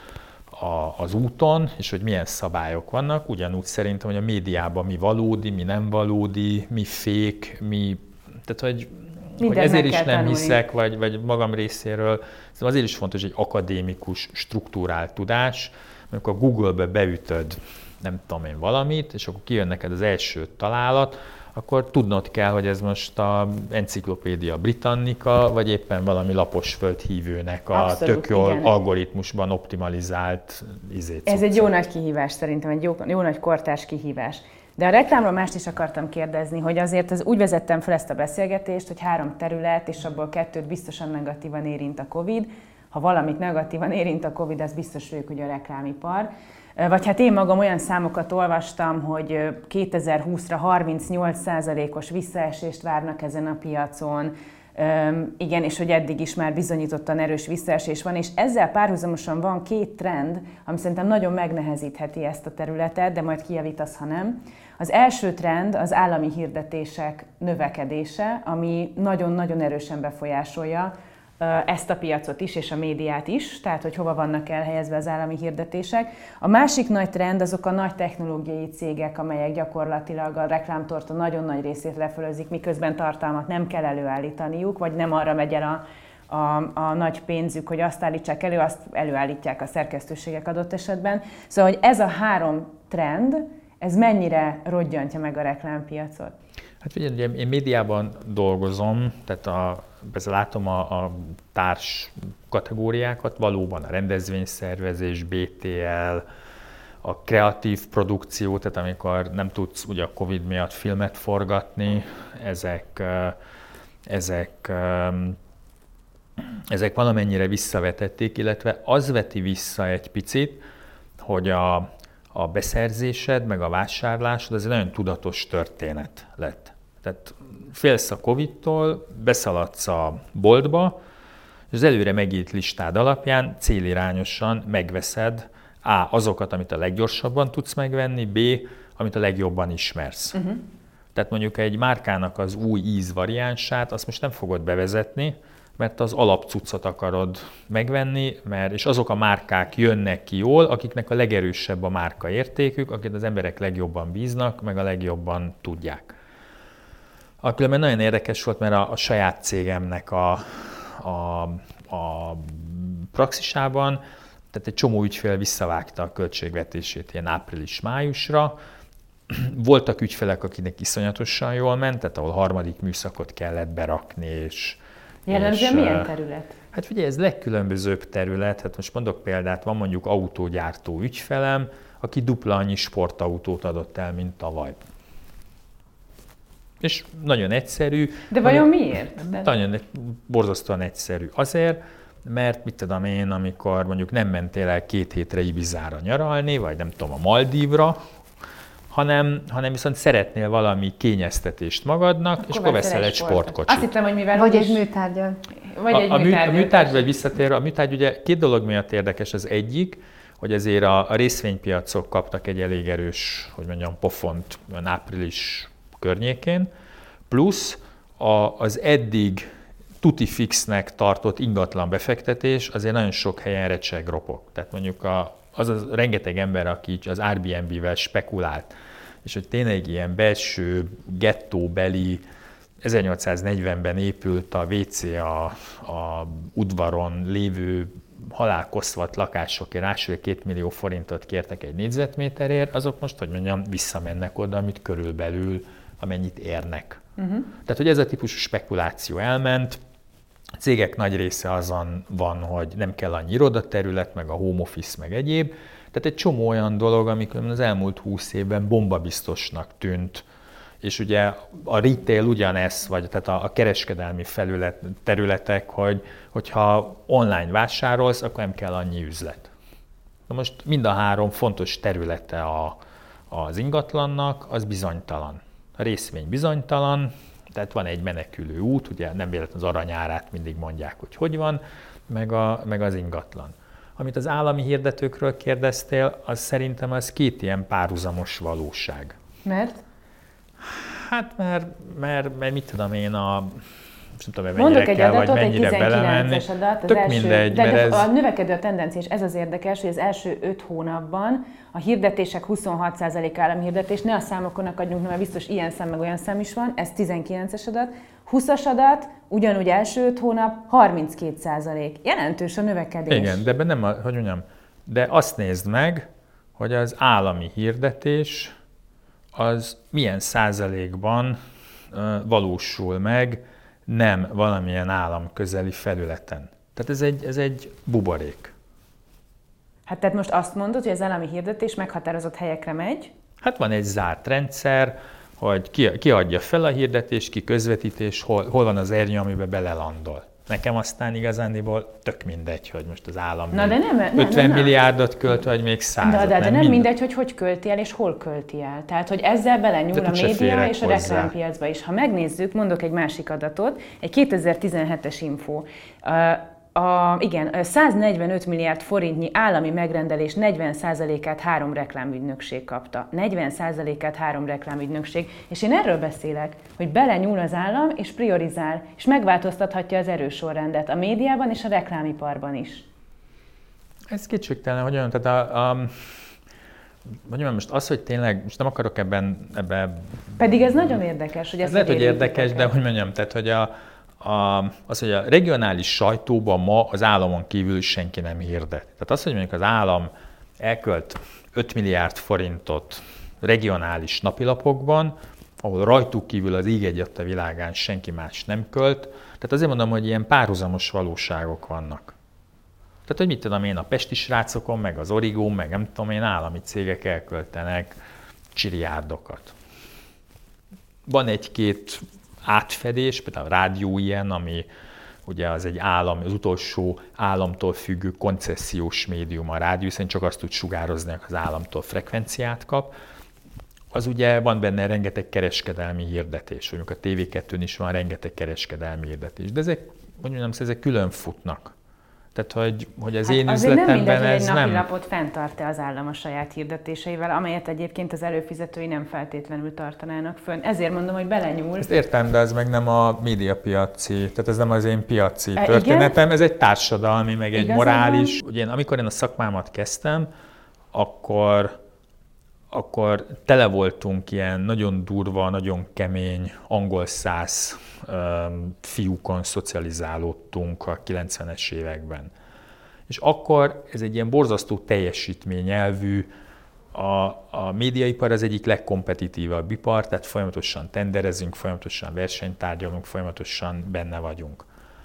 az úton, és hogy milyen szabályok vannak, ugyanúgy szerintem, hogy a médiában mi valódi, mi nem valódi, mi fake, tehát hogy ezért is nem tanulni. Hiszek, vagy magam részéről, azért is fontos egy akadémikus, struktúrált tudás, amikor Google-be beütöd, nem tudom én valamit, és akkor kijön neked az első találat, akkor tudnod kell, hogy ez most a Encyclopedia Britannica, vagy éppen valami laposföld hívőnek a abszolút, tök jól algoritmusban optimalizált izét. Ez egy jó nagy kihívás szerintem, egy jó nagy kortárs kihívás. De a reklámról mást is akartam kérdezni, hogy azért úgy vezettem fel ezt a beszélgetést, hogy 3 terület, és abból 2 biztosan negatívan érint a Covid. Ha valamit negatívan érint a Covid, az biztos vagyok, hogy a reklámipar. Vagy hát én magam olyan számokat olvastam, hogy 2020-ra 38%-os visszaesést várnak ezen a piacon, igen, és hogy eddig is már bizonyítottan erős visszaesés van, és ezzel párhuzamosan van 2 trend, ami szerintem nagyon megnehezítheti ezt a területet, de majd kijavítasz, ha nem. Az első trend az állami hirdetések növekedése, ami nagyon-nagyon erősen befolyásolja ezt a piacot is, és a médiát is, tehát hogy hova vannak elhelyezve az állami hirdetések. A másik nagy trend azok a nagy technológiai cégek, amelyek gyakorlatilag a reklámtorta nagyon nagy részét lefölözik, miközben tartalmat nem kell előállítaniuk, vagy nem arra megy el a nagy pénzük, hogy azt állítsák elő, azt előállítják a szerkesztőségek adott esetben. Szóval, hogy ez a 3 trend, ez mennyire rodgyantja meg a reklámpiacot? Hát figyelj, én médiában dolgozom, tehát persze látom a társ kategóriákat, valóban a rendezvényszervezés, BTL, a kreatív produkció, tehát amikor nem tudsz ugye a Covid miatt filmet forgatni, ezek valamennyire visszavetették, illetve az veti vissza egy picit, hogy a beszerzésed, meg a vásárlásod, ez egy nagyon tudatos történet lett. Tehát félsz a Covid-tól, beszaladsz a boltba, és az előre megírt listád alapján célirányosan megveszed azokat, amit a leggyorsabban tudsz megvenni, B, amit a legjobban ismersz. Tehát mondjuk egy márkának az új ízvariánsát, azt most nem fogod bevezetni, mert az alapcuccot akarod megvenni, és azok a márkák jönnek ki jól, akiknek a legerősebb a márkaértékük, akik az emberek legjobban bíznak, meg a legjobban tudják. Különben nagyon érdekes volt, mert a saját cégemnek a praxisában, tehát egy csomó ügyfél visszavágta a költségvetését ilyen április-májusra. Voltak ügyfelek, akinek iszonyatosan jól ment, tehát ahol 3. műszakot kellett berakni, jellemzően milyen terület? Hát figyelj, ez legkülönbözőbb terület. Hát most mondok példát, van mondjuk autógyártó ügyfelem, aki dupla annyi sportautót adott el, mint tavaly. És nagyon egyszerű. De vajon miért? Nagyon borzasztóan egyszerű. Azért, mert mit tudom én, amikor mondjuk nem mentél el 2 hétre Ibizára nyaralni, vagy nem tudom, a Maldívra, hanem viszont szeretnél valami kényeztetést magadnak, akkor és akkor veszel egy sportkocsit. Azt hittem, hogy mivel vagy egy műtárgyal. A műtárgy, vagy visszatérve, a műtárgy ugye 2 dolog miatt érdekes. Az egyik, hogy ezért a részvénypiacok kaptak egy elég erős, hogy mondjam, pofont április környékén, plusz az eddig tuti fixnek tartott ingatlan befektetés azért nagyon sok helyen recseg ropog. Tehát mondjuk az rengeteg ember, aki az Airbnb-vel spekulált, és hogy tényleg ilyen belső gettóbeli 1840-ben épült a WC a udvaron lévő halálkoszvat lakásokért 1,5-2 millió forintot kértek egy négyzetméterért, azok most, hogy mondjam, visszamennek oda, amit körülbelül, amennyit érnek. Tehát, hogy ez a típusú spekuláció elment, a cégek nagy része azon van, hogy nem kell annyi irodaterület, meg a home office, meg egyéb. Tehát egy csomó olyan dolog, amik az elmúlt 20 évben bombabiztosnak tűnt. És ugye a retail ugyanez, vagy tehát a kereskedelmi területek, hogyha online vásárolsz, akkor nem kell annyi üzlet. Na most mind a három fontos területe az ingatlannak, az bizonytalan. A részvény bizonytalan, tehát van egy menekülő út, ugye nem véletlenül az aranyárát mindig mondják, hogy van, meg az ingatlan. Amit az állami hirdetőkről kérdeztél, az szerintem az két ilyen párhuzamos valóság. Mert? Hát mert mit tudom én, nem tudom, mondok egy kell, adatot, vagy egy mennyire belemenni. 19-es adat, Tök mindegy, mert ez... A növekedő a tendencia, és ez az érdekes, hogy az első 5 hónapban a hirdetések 26% állami hirdetés, ne a számokon akadjunk, mert biztos ilyen szám meg olyan szám is van, ez 19-es adat, 20-as adat, ugyanúgy első 5 hónap 32%. Jelentős a növekedés. Igen, de ebben nem, hogy mondjam, de azt nézd meg, hogy az állami hirdetés az milyen százalékban valósul meg nem valamilyen államközeli felületen. Tehát ez egy buborék. Hát tehát most azt mondod, hogy az állami hirdetés meghatározott helyekre megy? Hát van egy zárt rendszer, hogy ki adja fel a hirdetést, ki közvetítés, hol van az ernyő, amiben belelandol. Nekem aztán igazándiból tök mindegy, hogy most az állam 50 milliárdot költ, vagy még 100-at. De nem mindegy, hogy költi el, és hol költi el. Tehát, hogy ezzel belenyúl a média és a reklámpiacba is. Ha megnézzük, mondok egy másik adatot, egy 2017-es info. Igen, 145 milliárd forintnyi állami megrendelés 40%-át 3 reklámügynökség kapta. 40%-át 3 reklámügynökség. És én erről beszélek, hogy belenyúl az állam és priorizál, és megváltoztathatja az erősorrendet a médiában és a reklámiparban is. Ez kétségtelen, hogy olyan, tehát most az, hogy tényleg, most nem akarok ebben... Pedig ez nagyon érdekes, hogy ez lehet, hogy érdekes, de hogy mondjam, tehát, hogy hogy a regionális sajtóban ma az államon kívül senki nem hirdet. Tehát az, hogy mondjuk az állam elkölt 5 milliárd forintot regionális napilapokban, ahol rajtuk kívül az ég egyatt a világán senki más nem költ. Tehát azért mondom, hogy ilyen párhuzamos valóságok vannak. Tehát, hogy mit tudom én, a pesti srácokon, meg az Origón, meg nem tudom én, állami cégek elköltenek csiliárdokat. Van egy-két átfedés, például a rádió ilyen, ami ugye az egy az utolsó államtól függő koncesziós médium a rádió, hiszen csak azt tud sugározni, hogy az államtól frekvenciát kap. Az ugye van benne rengeteg kereskedelmi hirdetés, mondjuk a TV2-n is van rengeteg kereskedelmi hirdetés, de ezek külön futnak. Tehát, hogy az én üzletemben ez nem... egy napilapot fenntart-e az állam a saját hirdetéseivel, amelyet egyébként az előfizetői nem feltétlenül tartanának fönn. Ezért mondom, hogy belenyúl. Ezt értem, de ez meg nem a médiapiaci, tehát ez nem az én piaci történetem, igen? Ez egy társadalmi, meg egy morális. Ugye amikor én a szakmámat kezdtem, akkor tele voltunk ilyen nagyon durva, nagyon kemény, angol száz fiúkon szocializálódtunk a 90-es években. És akkor ez egy ilyen borzasztó teljesítményelvű, a médiaipar az egyik legkompetitívabb ipar, tehát folyamatosan tenderezünk, folyamatosan versenytárgyalunk, folyamatosan benne vagyunk.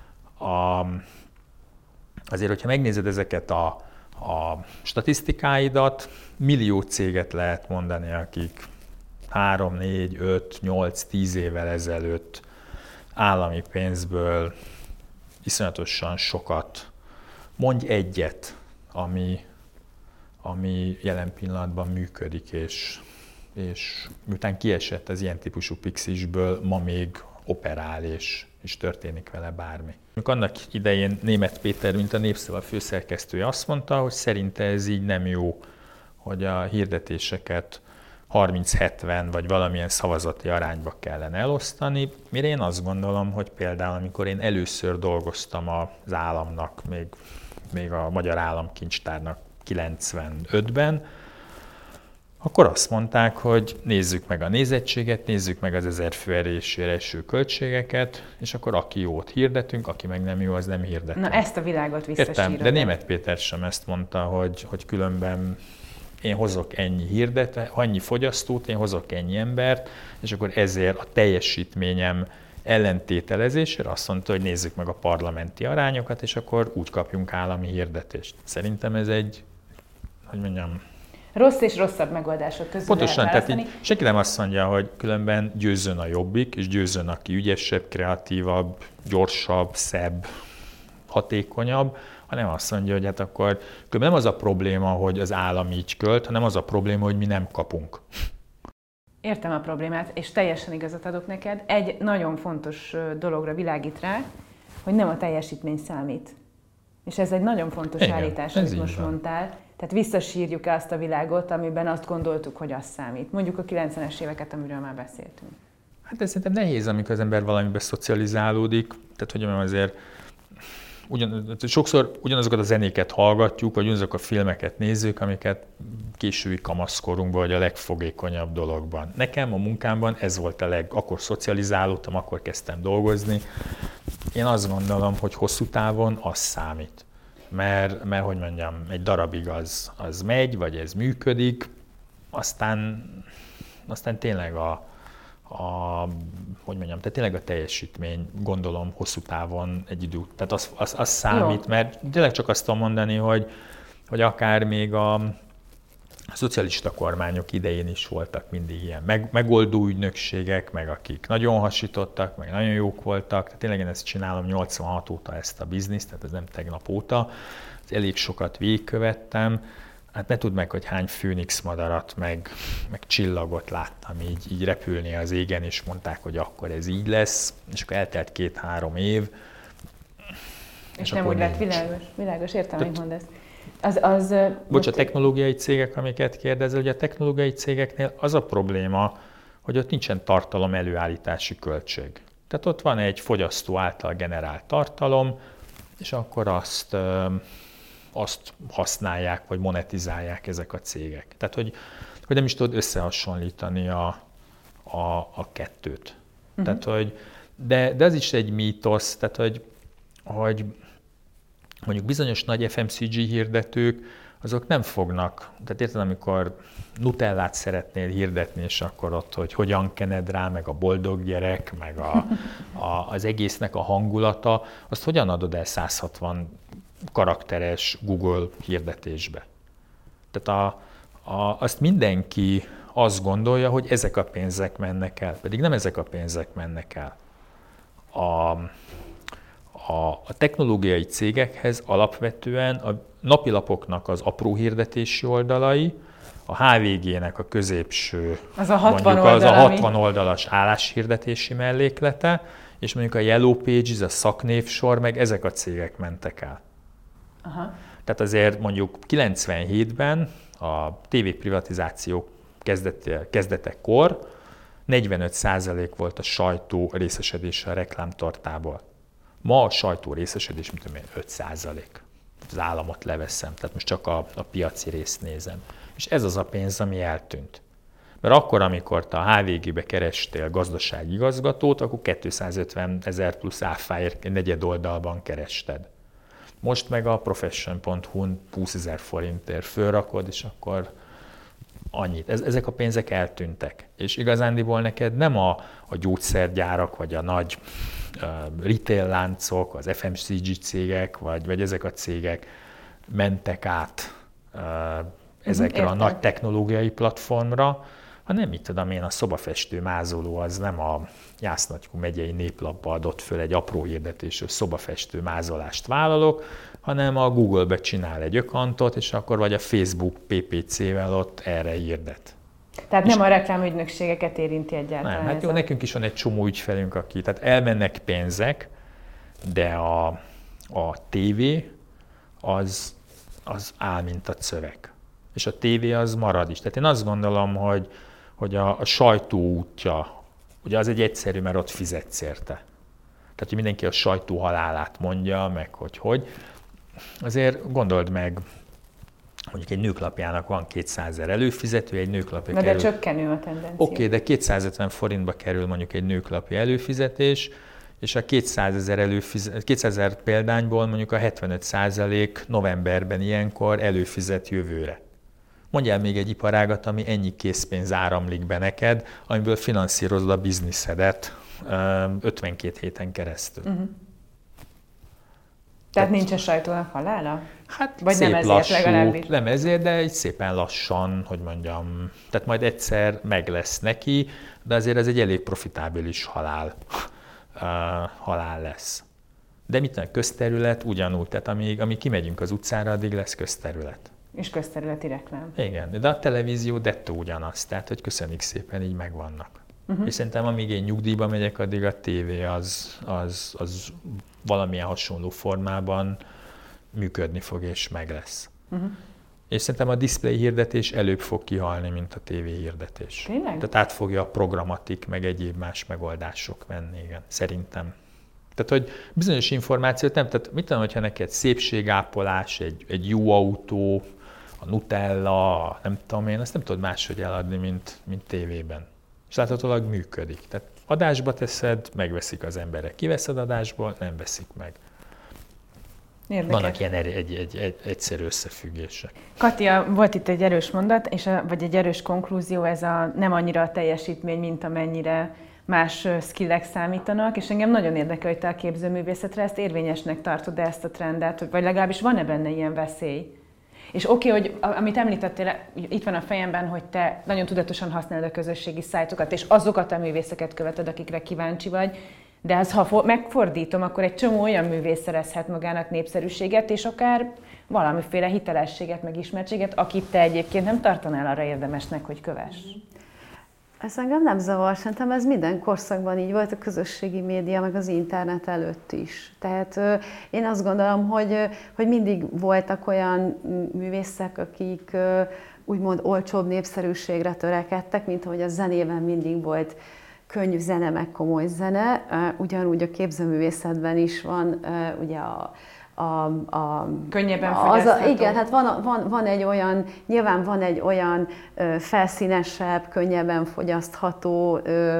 Azért, hogyha megnézed ezeket a statisztikáidat, millió céget lehet mondani, akik 3, 4, 5, 8, 10 évvel ezelőtt állami pénzből iszonyatosan sokat. Mondj egyet, ami jelen pillanatban működik, és miután kiesett az ilyen típusú Pixisből, ma még operál, és történik vele bármi. Annak idején Németh Péter, mint a Népszava főszerkesztője azt mondta, hogy szerinte ez így nem jó, hogy a hirdetéseket 30-70 vagy valamilyen szavazati arányba kellene elosztani, mire én azt gondolom, hogy például amikor én először dolgoztam az államnak, még a Magyar Államkincstárnak 95-ben, akkor azt mondták, hogy nézzük meg a nézettséget, nézzük meg az 1000 fő erésére eső költségeket, és akkor aki jót hirdetünk, aki meg nem jó, az nem hirdetünk. Na ezt a világot visszasírod. Értem, de Németh Péter sem ezt mondta, hogy különben én hozok ennyi annyi fogyasztót, én hozok ennyi embert, és akkor ezért a teljesítményem ellentételezésére azt mondta, hogy nézzük meg a parlamenti arányokat, és akkor úgy kapjunk állami hirdetést. Szerintem ez egy, hogy mondjam, rossz és rosszabb megoldások közül pontosan, tehát így senki nem azt mondja, hogy különben győzzön a Jobbik, és győzzön, aki ügyesebb, kreatívabb, gyorsabb, szebb, hatékonyabb, hanem azt mondja, hogy hát akkor nem az a probléma, hogy az állam így költ, hanem az a probléma, hogy mi nem kapunk. Értem a problémát, és teljesen igazat adok neked. Egy nagyon fontos dologra világít rá, hogy nem a teljesítmény számít. És ez egy nagyon fontos állítás, amit most mondtál. Tehát visszasírjuk azt a világot, amiben azt gondoltuk, hogy az számít. Mondjuk a 90-es éveket, amiről már beszéltünk. Hát ez szerintem nehéz, amikor az ember valamiben szocializálódik. Tehát, hogy azért sokszor ugyanazokat a zenéket hallgatjuk, vagy ugyanazokat a filmeket nézzük, amiket késői kamaszkorunkban, vagy a legfogékonyabb dologban. Nekem a munkámban ez volt akkor szocializálódtam, akkor kezdtem dolgozni. Én azt gondolom, hogy hosszú távon az számít. Mert hogy mondjam, egy darabig az megy, vagy ez működik, aztán tényleg tehát tényleg a teljesítmény, gondolom, hosszú távon egy idő. Tehát az számít, jó. Mert tényleg csak azt tudom mondani, hogy akár még a szocialista kormányok idején is voltak mindig ilyen megoldó ügynökségek, meg akik nagyon hasítottak, meg nagyon jók voltak. Tehát tényleg én ezt csinálom 86 óta ezt a bizniszt, tehát ez nem tegnap óta. Elég sokat végigkövettem. Hát ne tudd meg, hogy hány főnix madarat, meg csillagot láttam így repülni az égen, és mondták, hogy akkor ez így lesz, és akkor eltelt 2-3 év. És nem úgy lett, világos, értem, hogy mondasz. Bocs, a technológiai cégek, amiket kérdezel, hogy a technológiai cégeknél az a probléma, hogy ott nincsen tartalom előállítási költség. Tehát ott van egy fogyasztó által generált tartalom, és akkor azt használják, vagy monetizálják ezek a cégek. Tehát, hogy nem is tudod összehasonlítani a kettőt. Tehát, hogy, de az is egy mítosz, tehát, hogy mondjuk bizonyos nagy FMCG hirdetők, azok nem fognak, tehát érted, amikor Nutellát szeretnél hirdetni, és akkor ott, hogy hogyan kened rá, meg a boldog gyerek, meg az egésznek a hangulata, azt hogyan adod el 160 karakteres Google hirdetésbe. Tehát azt mindenki azt gondolja, hogy ezek a pénzek mennek el, pedig nem ezek a pénzek mennek el. A technológiai cégekhez alapvetően a napilapoknak az apró hirdetési oldalai, a HVG-nek a középső, az a 60 oldalas álláshirdetési melléklete, és mondjuk a Yellow Pages, a szaknévsor, meg ezek a cégek mentek el. Aha. Tehát azért mondjuk 97-ben a tévéprivatizáció kezdetekor 45% volt a sajtó részesedése a reklámtartából. Ma a sajtó részesedés, mint tudom én, 5%. Az államot leveszem, tehát most csak a piaci részt nézem. És ez az a pénz, ami eltűnt. Mert akkor, amikor te a HVG-be kerestél gazdasági igazgatót, akkor 250 000 plusz áfáért egy negyed oldalban kerested. Most meg a profession.hu-n 20 000 forintért fölrakod, és akkor annyit. Ezek a pénzek eltűntek. És igazándiból neked nem a gyógyszergyárak, vagy a nagy retail láncok, az FMCG cégek, vagy ezek a cégek mentek át ezekre a nagy technológiai platformra, hanem mit tudom én, a szobafestő mázoló az nem a Jász-Nagykun megyei Néplapba adott föl egy apró hirdetésről szobafestő mázolást vállalok, hanem a Google-be csinál egy ökantot, és akkor vagy a Facebook PPC-vel ott erre hirdet. Tehát nem a reklámügynökségeket érinti egyáltalán. Nem, hát jó, nekünk is van egy csomó ügyfelünk, aki, tehát elmennek pénzek, de a tévé az áll, mint a szöveg. És a tévé az marad is. Tehát én azt gondolom, hogy a sajtó útja, ugye az egy egyszerű, mert ott fizetsz érte. Tehát, hogy mindenki a sajtó halálát mondja, meg hogy. Azért gondold meg, mondjuk egy nőklapjának van 200 000 előfizető, egy nőklapja kerül... De csökkenő a tendencia. Oké, de 250 forintba kerül mondjuk egy nőklapja előfizetés, és a 200 000 példányból mondjuk a 75% novemberben ilyenkor előfizet jövőre. Mondjál még egy iparágat, ami ennyi készpénz áramlik be neked, amiből finanszírozod a bizniszedet 52 héten keresztül. Uh-huh. Tehát nincs a sajtónak halála? Hát vagy szép nem ezért lassú, legalábbis? Nem ezért, de egy szépen lassan, hogy mondjam, tehát majd egyszer meg lesz neki, de azért ez egy elég profitábilis halál lesz. De mit a közterület ugyanúgy, tehát amíg kimegyünk az utcára, addig lesz közterület. És közterületi reklám. Igen, de a televízió dettó ugyanaz, tehát hogy köszönjük szépen, így megvannak. És szerintem amíg én nyugdíjba megyek, addig a tévé az valamilyen hasonló formában működni fog és meg lesz. És szerintem a display hirdetés előbb fog kihalni, mint a tévé hirdetés. Tényleg? Tehát át fogja a programatik, meg egyéb más megoldások venni, igen, szerintem. Tehát, hogy bizonyos információt nem, tehát mit tudom, hogyha neked szépségápolás, egy jó autó, a Nutella, nem tudom én, azt nem tudod máshogy eladni, mint tévében. És láthatólag működik. Tehát adásba teszed, megveszik az emberek. Kiveszed adásból, nem veszik meg. Érdekes. Vannak ilyen egy egyszerű összefüggések. Katia, volt itt egy erős mondat, vagy egy erős konklúzió, ez nem annyira a teljesítmény, mint amennyire más skillek számítanak, és engem nagyon érdekel, hogy te a képzőművészetre ezt érvényesnek tartod ezt a trendet, vagy legalábbis van-e benne ilyen veszély? És oké, hogy amit említettél, itt van a fejemben, hogy te nagyon tudatosan használod a közösségi szájtokat, és azokat a művészeket követed, akikre kíváncsi vagy, de ez, ha megfordítom, akkor egy csomó olyan művész szerezhet magának népszerűséget, és akár valamiféle hitelességet, meg ismertséget, akit te egyébként nem tartanál arra érdemesnek, hogy kövess. Ez engem nem zavar, szerintem ez minden korszakban így volt, a közösségi média, meg az internet előtt is. Tehát én azt gondolom, hogy mindig voltak olyan művészek, akik úgymond olcsóbb népszerűségre törekedtek, mint ahogy a zenében mindig volt könnyű zene, meg komoly zene. Ugyanúgy a képzőművészetben is van ugye könnyebben fogyasztható. Igen, hát van egy olyan, nyilván van egy olyan felszínesebb, könnyebben fogyasztható,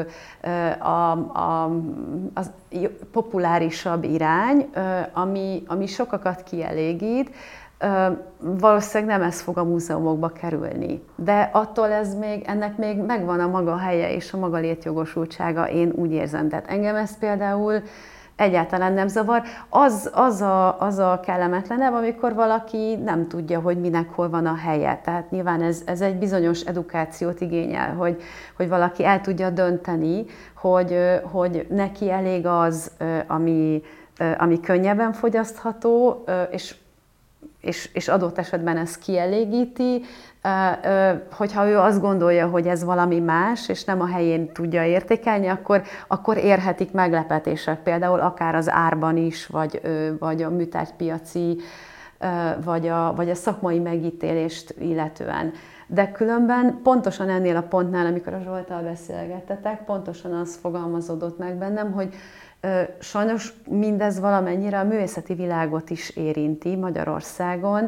az populárisabb irány, ami sokakat kielégít. Valószínűleg nem ez fog a múzeumokba kerülni. De attól ennek még megvan a maga helye és a maga létjogosultsága, én úgy érzem. Tehát engem ez például egyáltalán nem zavar. Az a kellemetlenebb, amikor valaki nem tudja, hogy minek hol van a helye. Tehát nyilván ez egy bizonyos edukációt igényel, hogy valaki el tudja dönteni, hogy neki elég az, ami könnyebben fogyasztható, és adott esetben ez kielégíti, hogyha ő azt gondolja, hogy ez valami más, és nem a helyén tudja értékelni, akkor érhetik meglepetések, például akár az árban is, vagy a műtárgypiaci, vagy a szakmai megítélést illetően. De különben pontosan ennél a pontnál, amikor a Zsolttal beszélgettetek, pontosan az fogalmazódott meg bennem, hogy sajnos mindez valamennyire a művészeti világot is érinti Magyarországon,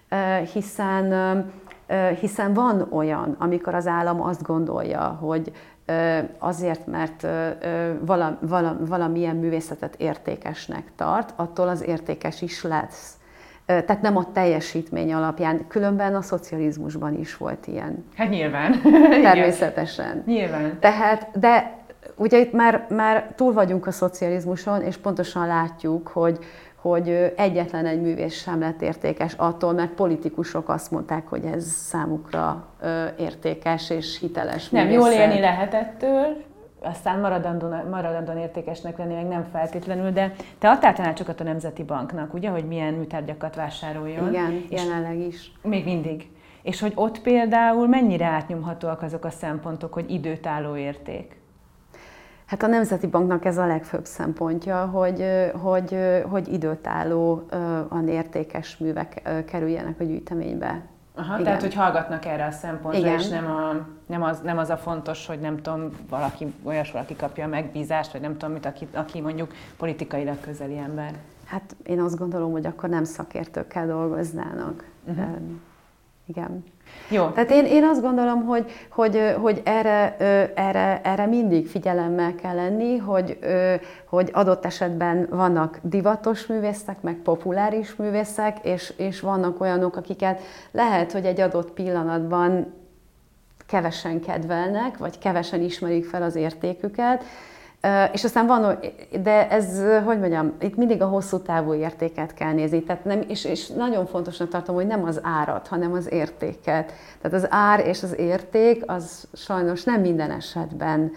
hiszen van olyan, amikor az állam azt gondolja, hogy azért, mert valamilyen művészetet értékesnek tart, attól az értékes is lesz. Tehát nem a teljesítmény alapján, különben a szocializmusban is volt ilyen. Hát nyilván. Természetesen. Nyilván. Tehát, de ugye itt már túl vagyunk a szocializmuson, és pontosan látjuk, hogy egyetlen egy művész sem lett értékes attól, mert politikusok azt mondták, hogy ez számukra értékes és hiteles nem, művészet. jól élni lehet ettől, aztán maradandóan értékesnek lenni, meg nem feltétlenül, de te adtál tanácsokat a Nemzeti Banknak, ugye, hogy milyen műtárgyakat vásároljon. Igen, jelenleg is. Még mindig. És hogy ott például mennyire átnyomhatóak azok a szempontok, hogy időtálló érték? Hát a Nemzeti Banknak ez a legfőbb szempontja, hogy időtállóan értékes művek kerüljenek a gyűjteménybe. Aha, tehát, hogy hallgatnak erre a szempontra, igen. És nem az a fontos, hogy nem tudom, valaki kapja a megbízást, vagy nem tudom mit, aki mondjuk politikailag közeli ember. Hát én azt gondolom, hogy akkor nem szakértőkkel dolgoznának. Igen. Jó. Tehát én azt gondolom, hogy erre mindig figyelemmel kell lenni, hogy adott esetben vannak divatos művészek, meg populáris művészek, és vannak olyanok, akiket lehet, hogy egy adott pillanatban kevesen kedvelnek, vagy kevesen ismerik fel az értéküket, és aztán van, de ez, hogy mondjam, itt mindig a hosszú távú értéket kell nézni. Tehát nem, és nagyon fontosnak tartom, hogy nem az árat, hanem az értéket. Tehát az ár és az érték az sajnos nem minden esetben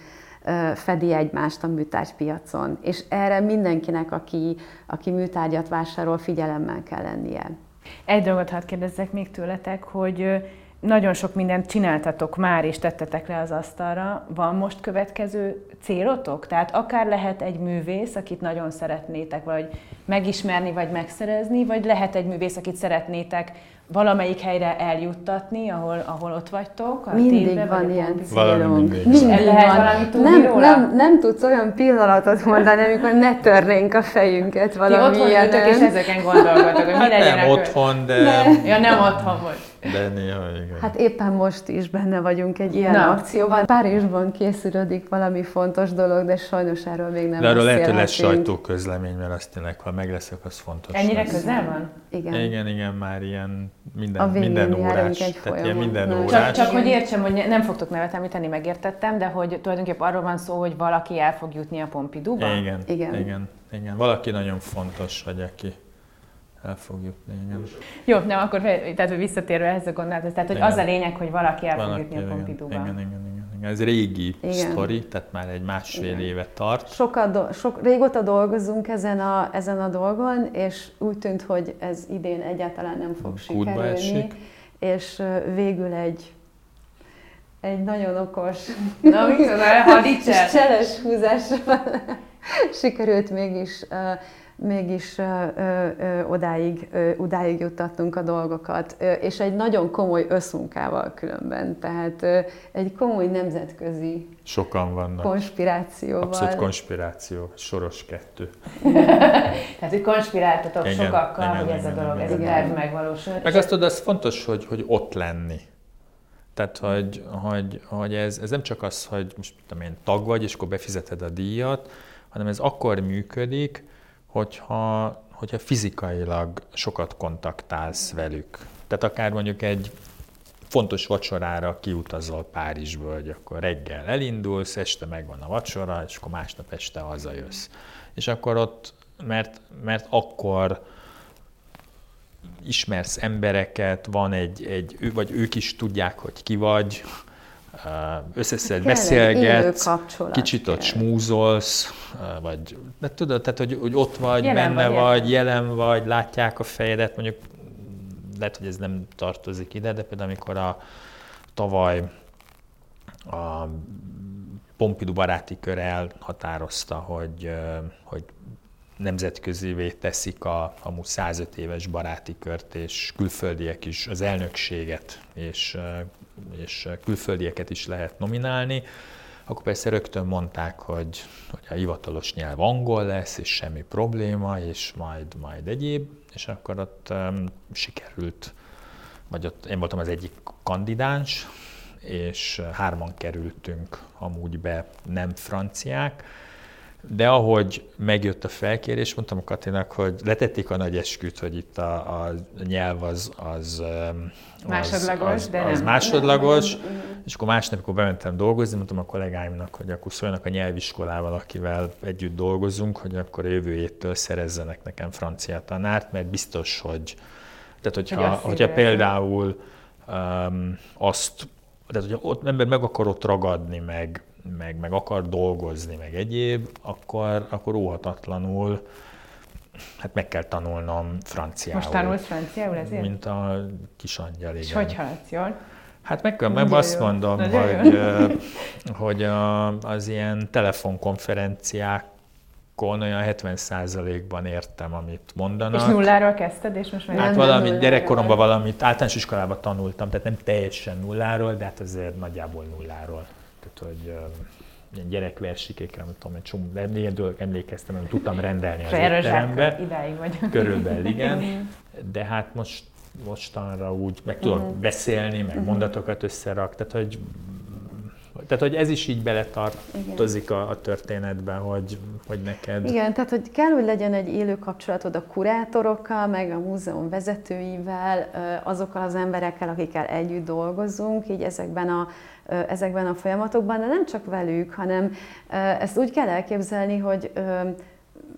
fedi egymást a műtárgypiacon. És erre mindenkinek, aki műtárgyat vásárol, figyelemmel kell lennie. Egy dolgot hadd kérdezzek még tőletek, hogy nagyon sok mindent csináltatok már, és tettetek le az asztalra. Van most következő célotok? Tehát akár lehet egy művész, akit nagyon szeretnétek vagy megismerni, vagy megszerezni, vagy lehet egy művész, akit szeretnétek valamelyik helyre eljuttatni, ahol ott vagytok? Mindig van ilyen célunk. Nem tudsz olyan pillanatot mondani, amikor ne törnénk a fejünket valamilyen. Ti otthon ültök, és ezeken gondolgatok, hogy mi legyen. Nem otthon, de... Ja, nem otthon volt. De néha, igen. Hát éppen most is benne vagyunk egy ilyen akcióban. Párizsban készülődik valami fontos dolog, de sajnos erről még nem beszélhetünk. De arról lehet, hogy lesz sajtóközlemény, mert azt tényleg, ha megleszek, az fontos. Ennyire közel van? Igen, már ilyen minden órás. Tehát ilyen minden órás. Csak hogy értsem, hogy nem fogtok nevet említeni, megértettem, de hogy tulajdonképpen arról van szó, hogy valaki el fog jutni a Pompidouba? Igen. Valaki nagyon fontos, hogy aki el fog jutni, igen. Jó, nem, akkor tehát, hogy visszatérve ehhez a gondolathoz, tehát, hogy az a lényeg, hogy valaki el fog jutni a Pompidouba. Igen. Ez régi sztori, tehát már egy másfél éve tart. Régóta dolgozunk ezen a dolgon, és úgy tűnt, hogy ez idén egyáltalán nem fog sikerülni. És végül egy nagyon okos, cseles húzással sikerült mégis odáig juttatnunk a dolgokat, és egy nagyon komoly összmunkával különben, tehát egy komoly nemzetközi sokan vannak. Konspirációval. Abszolút konspiráció, soros 2. Tehát, hogy konspiráltatok sokakkal, hogy ez a dolog, ez a terv megvalósul. Meg azt tudod, az fontos, hogy ott lenni. Tehát, hogy ez nem csak az, hogy most én tag vagy, és akkor befizeted a díjat, hanem ez akkor működik, hogyha fizikailag sokat kontaktálsz velük. Tehát akár mondjuk egy fontos vacsorára kiutazol Párizsból, hogy akkor reggel elindulsz, este megvan a vacsora, és akkor másnap este hazajössz. És akkor ott, mert akkor ismersz embereket, van vagy ők is tudják, hogy ki vagy, összeszed, beszélgetsz, kicsit ott smúzolsz, vagy de tudod, tehát, hogy ott vagy, jelen vagy, látják a fejedet, mondjuk lehet, hogy ez nem tartozik ide, de például amikor tavaly a Pompidou baráti kör elhatározta, hogy nemzetközivé teszik amúgy 105 éves baráti kört, és külföldiek is, az elnökséget, és külföldieket is lehet nominálni, akkor persze rögtön mondták, hogy a hivatalos nyelv angol lesz, és semmi probléma, és majd egyéb, és akkor ott sikerült, vagy ott én voltam az egyik kandidáns, és 3-an kerültünk amúgy be, nem franciák, de ahogy megjött a felkérés, mondtam a Katinak, hogy letették a nagy esküt, hogy itt a nyelv az másodlagos, de nem. Másodlagos, és akkor másnap, amikor bementem dolgozni, mondtam a kollégáimnak, hogy akkor szóljanak a nyelviskolával, akivel együtt dolgozunk, hogy akkor a jövő évtől szerezzenek nekem francia tanárt, mert biztos, hogyha például tehát, hogy ott ember meg akar ott ragadni, meg akar dolgozni, meg egyéb, akkor óhatatlanul meg kell tanulnom franciául. Most tanulsz franciául ezért? Mint a kis angyal, igen. És hogy haladsz jól? Hát meg azt mondom, hogy az ilyen telefonkonferenciákon olyan 70%-ban értem, amit mondanak. És nulláról kezdted, és most már... Hát gyerekkoromban valamit, általános iskolában tanultam, tehát nem teljesen nulláról, de hát azért nagyjából nulláról. Tehát, hogy ilyen gyerekversikékre, nem tudom, egy csomó, de ilyen dolog emlékeztem, hogy tudtam rendelni az étterembe. Idáig vagy. Körülbelül igen, de hát mostanra úgy meg tudok beszélni, meg mondatokat összerak, tehát hogy ez is így beletartozik a történetben, hogy neked... Igen, tehát hogy kell, hogy legyen egy élő kapcsolatod a kurátorokkal, meg a múzeum vezetőivel, azokkal az emberekkel, akikkel együtt dolgozunk, így ezekben a folyamatokban, de nem csak velük, hanem ezt úgy kell elképzelni, hogy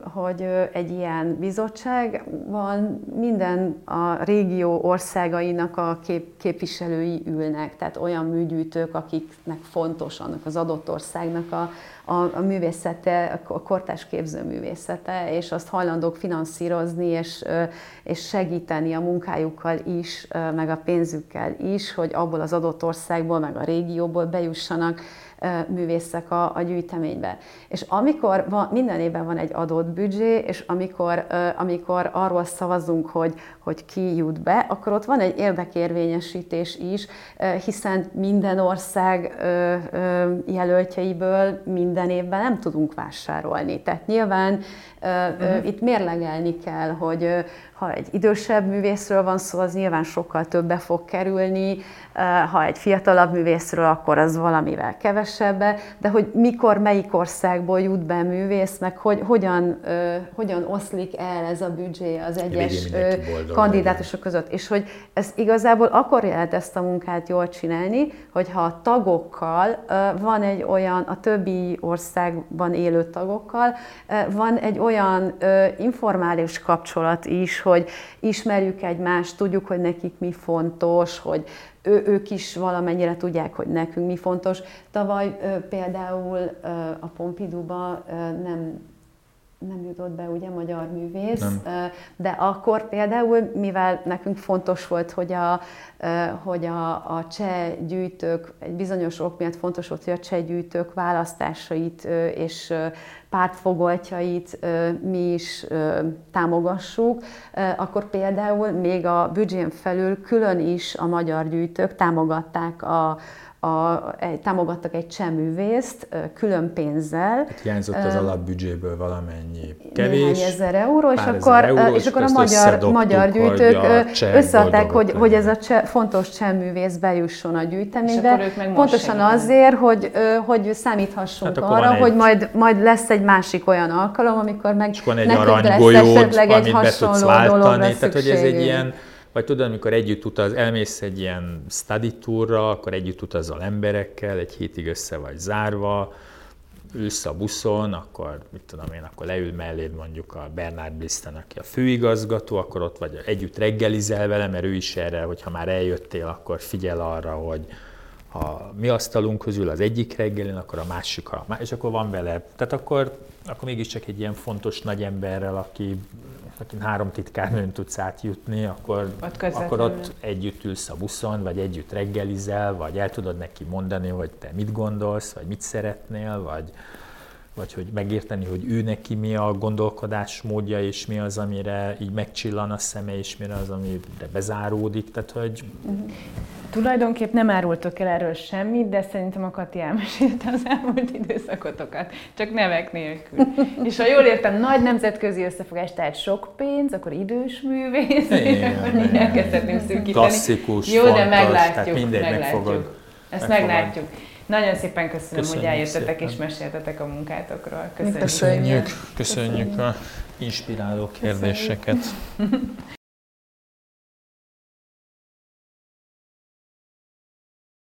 hogy egy ilyen bizottságban minden a régió országainak a képviselői ülnek, tehát olyan műgyűjtők, akiknek fontos annak az adott országnak a művészete, a kortárs képzőművészete, és azt hajlandók finanszírozni, és segíteni a munkájukkal is, meg a pénzükkel is, hogy abból az adott országból, meg a régióból bejussanak művészek a gyűjteménybe. És amikor minden évben van egy adott büdzsé, és amikor arról szavazunk, hogy ki jut be, akkor ott van egy érdekérvényesítés is, hiszen minden ország jelöltjeiből minden évben nem tudunk vásárolni. Tehát nyilván itt mérlegelni kell, hogy ha egy idősebb művészről van szó, az nyilván sokkal többe fog kerülni, ha egy fiatalabb művészről, akkor az valamivel kevesebbe, de hogy mikor, melyik országból jut be művész, meg hogyan oszlik el ez a büdzsé az egyes kandidátusok között. És hogy ez igazából akkor lehet ezt a munkát jól csinálni, hogyha a tagokkal van egy olyan, a többi országban élő tagokkal van egy olyan informális kapcsolat is, hogy ismerjük egymást, tudjuk, hogy nekik mi fontos, hogy ők is valamennyire tudják, hogy nekünk mi fontos. Tavaly például a Pompidouba nem jutott be ugye magyar művész, de akkor például, mivel nekünk fontos volt, hogy a cseh gyűjtők, egy bizonyos ok miatt fontos volt, hogy a cseh gyűjtők választásait és pártfogoltjait mi is támogassuk, akkor például még a büdzsén felül külön is a magyar gyűjtők támogattak egy cseh művészt külön pénzzel. Hát hiányzott az alapbüdzséből valamennyi kevés. Néhány ezer euró, és akkor a magyar gyűjtők összeadták, hogy ez a fontos cseh művész bejusson a gyűjteménybe. Pontosan azért, hogy számíthassunk arra, hogy majd lesz egy másik olyan alkalom, amikor meg nekünk lesz esetleg egy hasonló dologra szükségünk. Tehát, hogy ez egy ilyen, vagy tudod, amikor együtt elmész egy ilyen study tourra, akkor együtt utazol emberekkel, egy hétig össze vagy zárva, ülsz a buszon, akkor mit tudom én, akkor leül melléd mondjuk a Bernard Blisten, aki a főigazgató, akkor ott vagy együtt reggelizel vele, mert ő is erre, hogyha már eljöttél, akkor figyel arra, hogy ha mi asztalunk közül az egyik reggelin, akkor a másik, és akkor van vele. Tehát akkor mégiscsak egy ilyen fontos nagy emberrel, aki 3 titkárnőn tudsz átjutni, akkor ott együtt ülsz a buszon, vagy együtt reggelizel, vagy el tudod neki mondani, hogy te mit gondolsz, vagy mit szeretnél, vagy hogy megérteni, hogy ő neki mi a gondolkodásmódja, és mi az, amire így megcsillan a szeme, és mi az, amire bezáródik. Tehát, hogy... Tulajdonképp nem árultok el erről semmit, de szerintem a Kati elmesélte az elmúlt időszakotokat, csak nevek nélkül. És ha jól értem, nagy nemzetközi összefogás, tehát sok pénz, akkor idős művész, akkor elkezdhetnünk szűkíteni. Klasszikus, jó, fontos, de meglátjuk, tehát mindegy megfogod. Ezt meglátjuk. Nagyon szépen köszönöm, hogy eljöttetek és meséltetek a munkátokról. Köszönjük a inspiráló kérdéseket.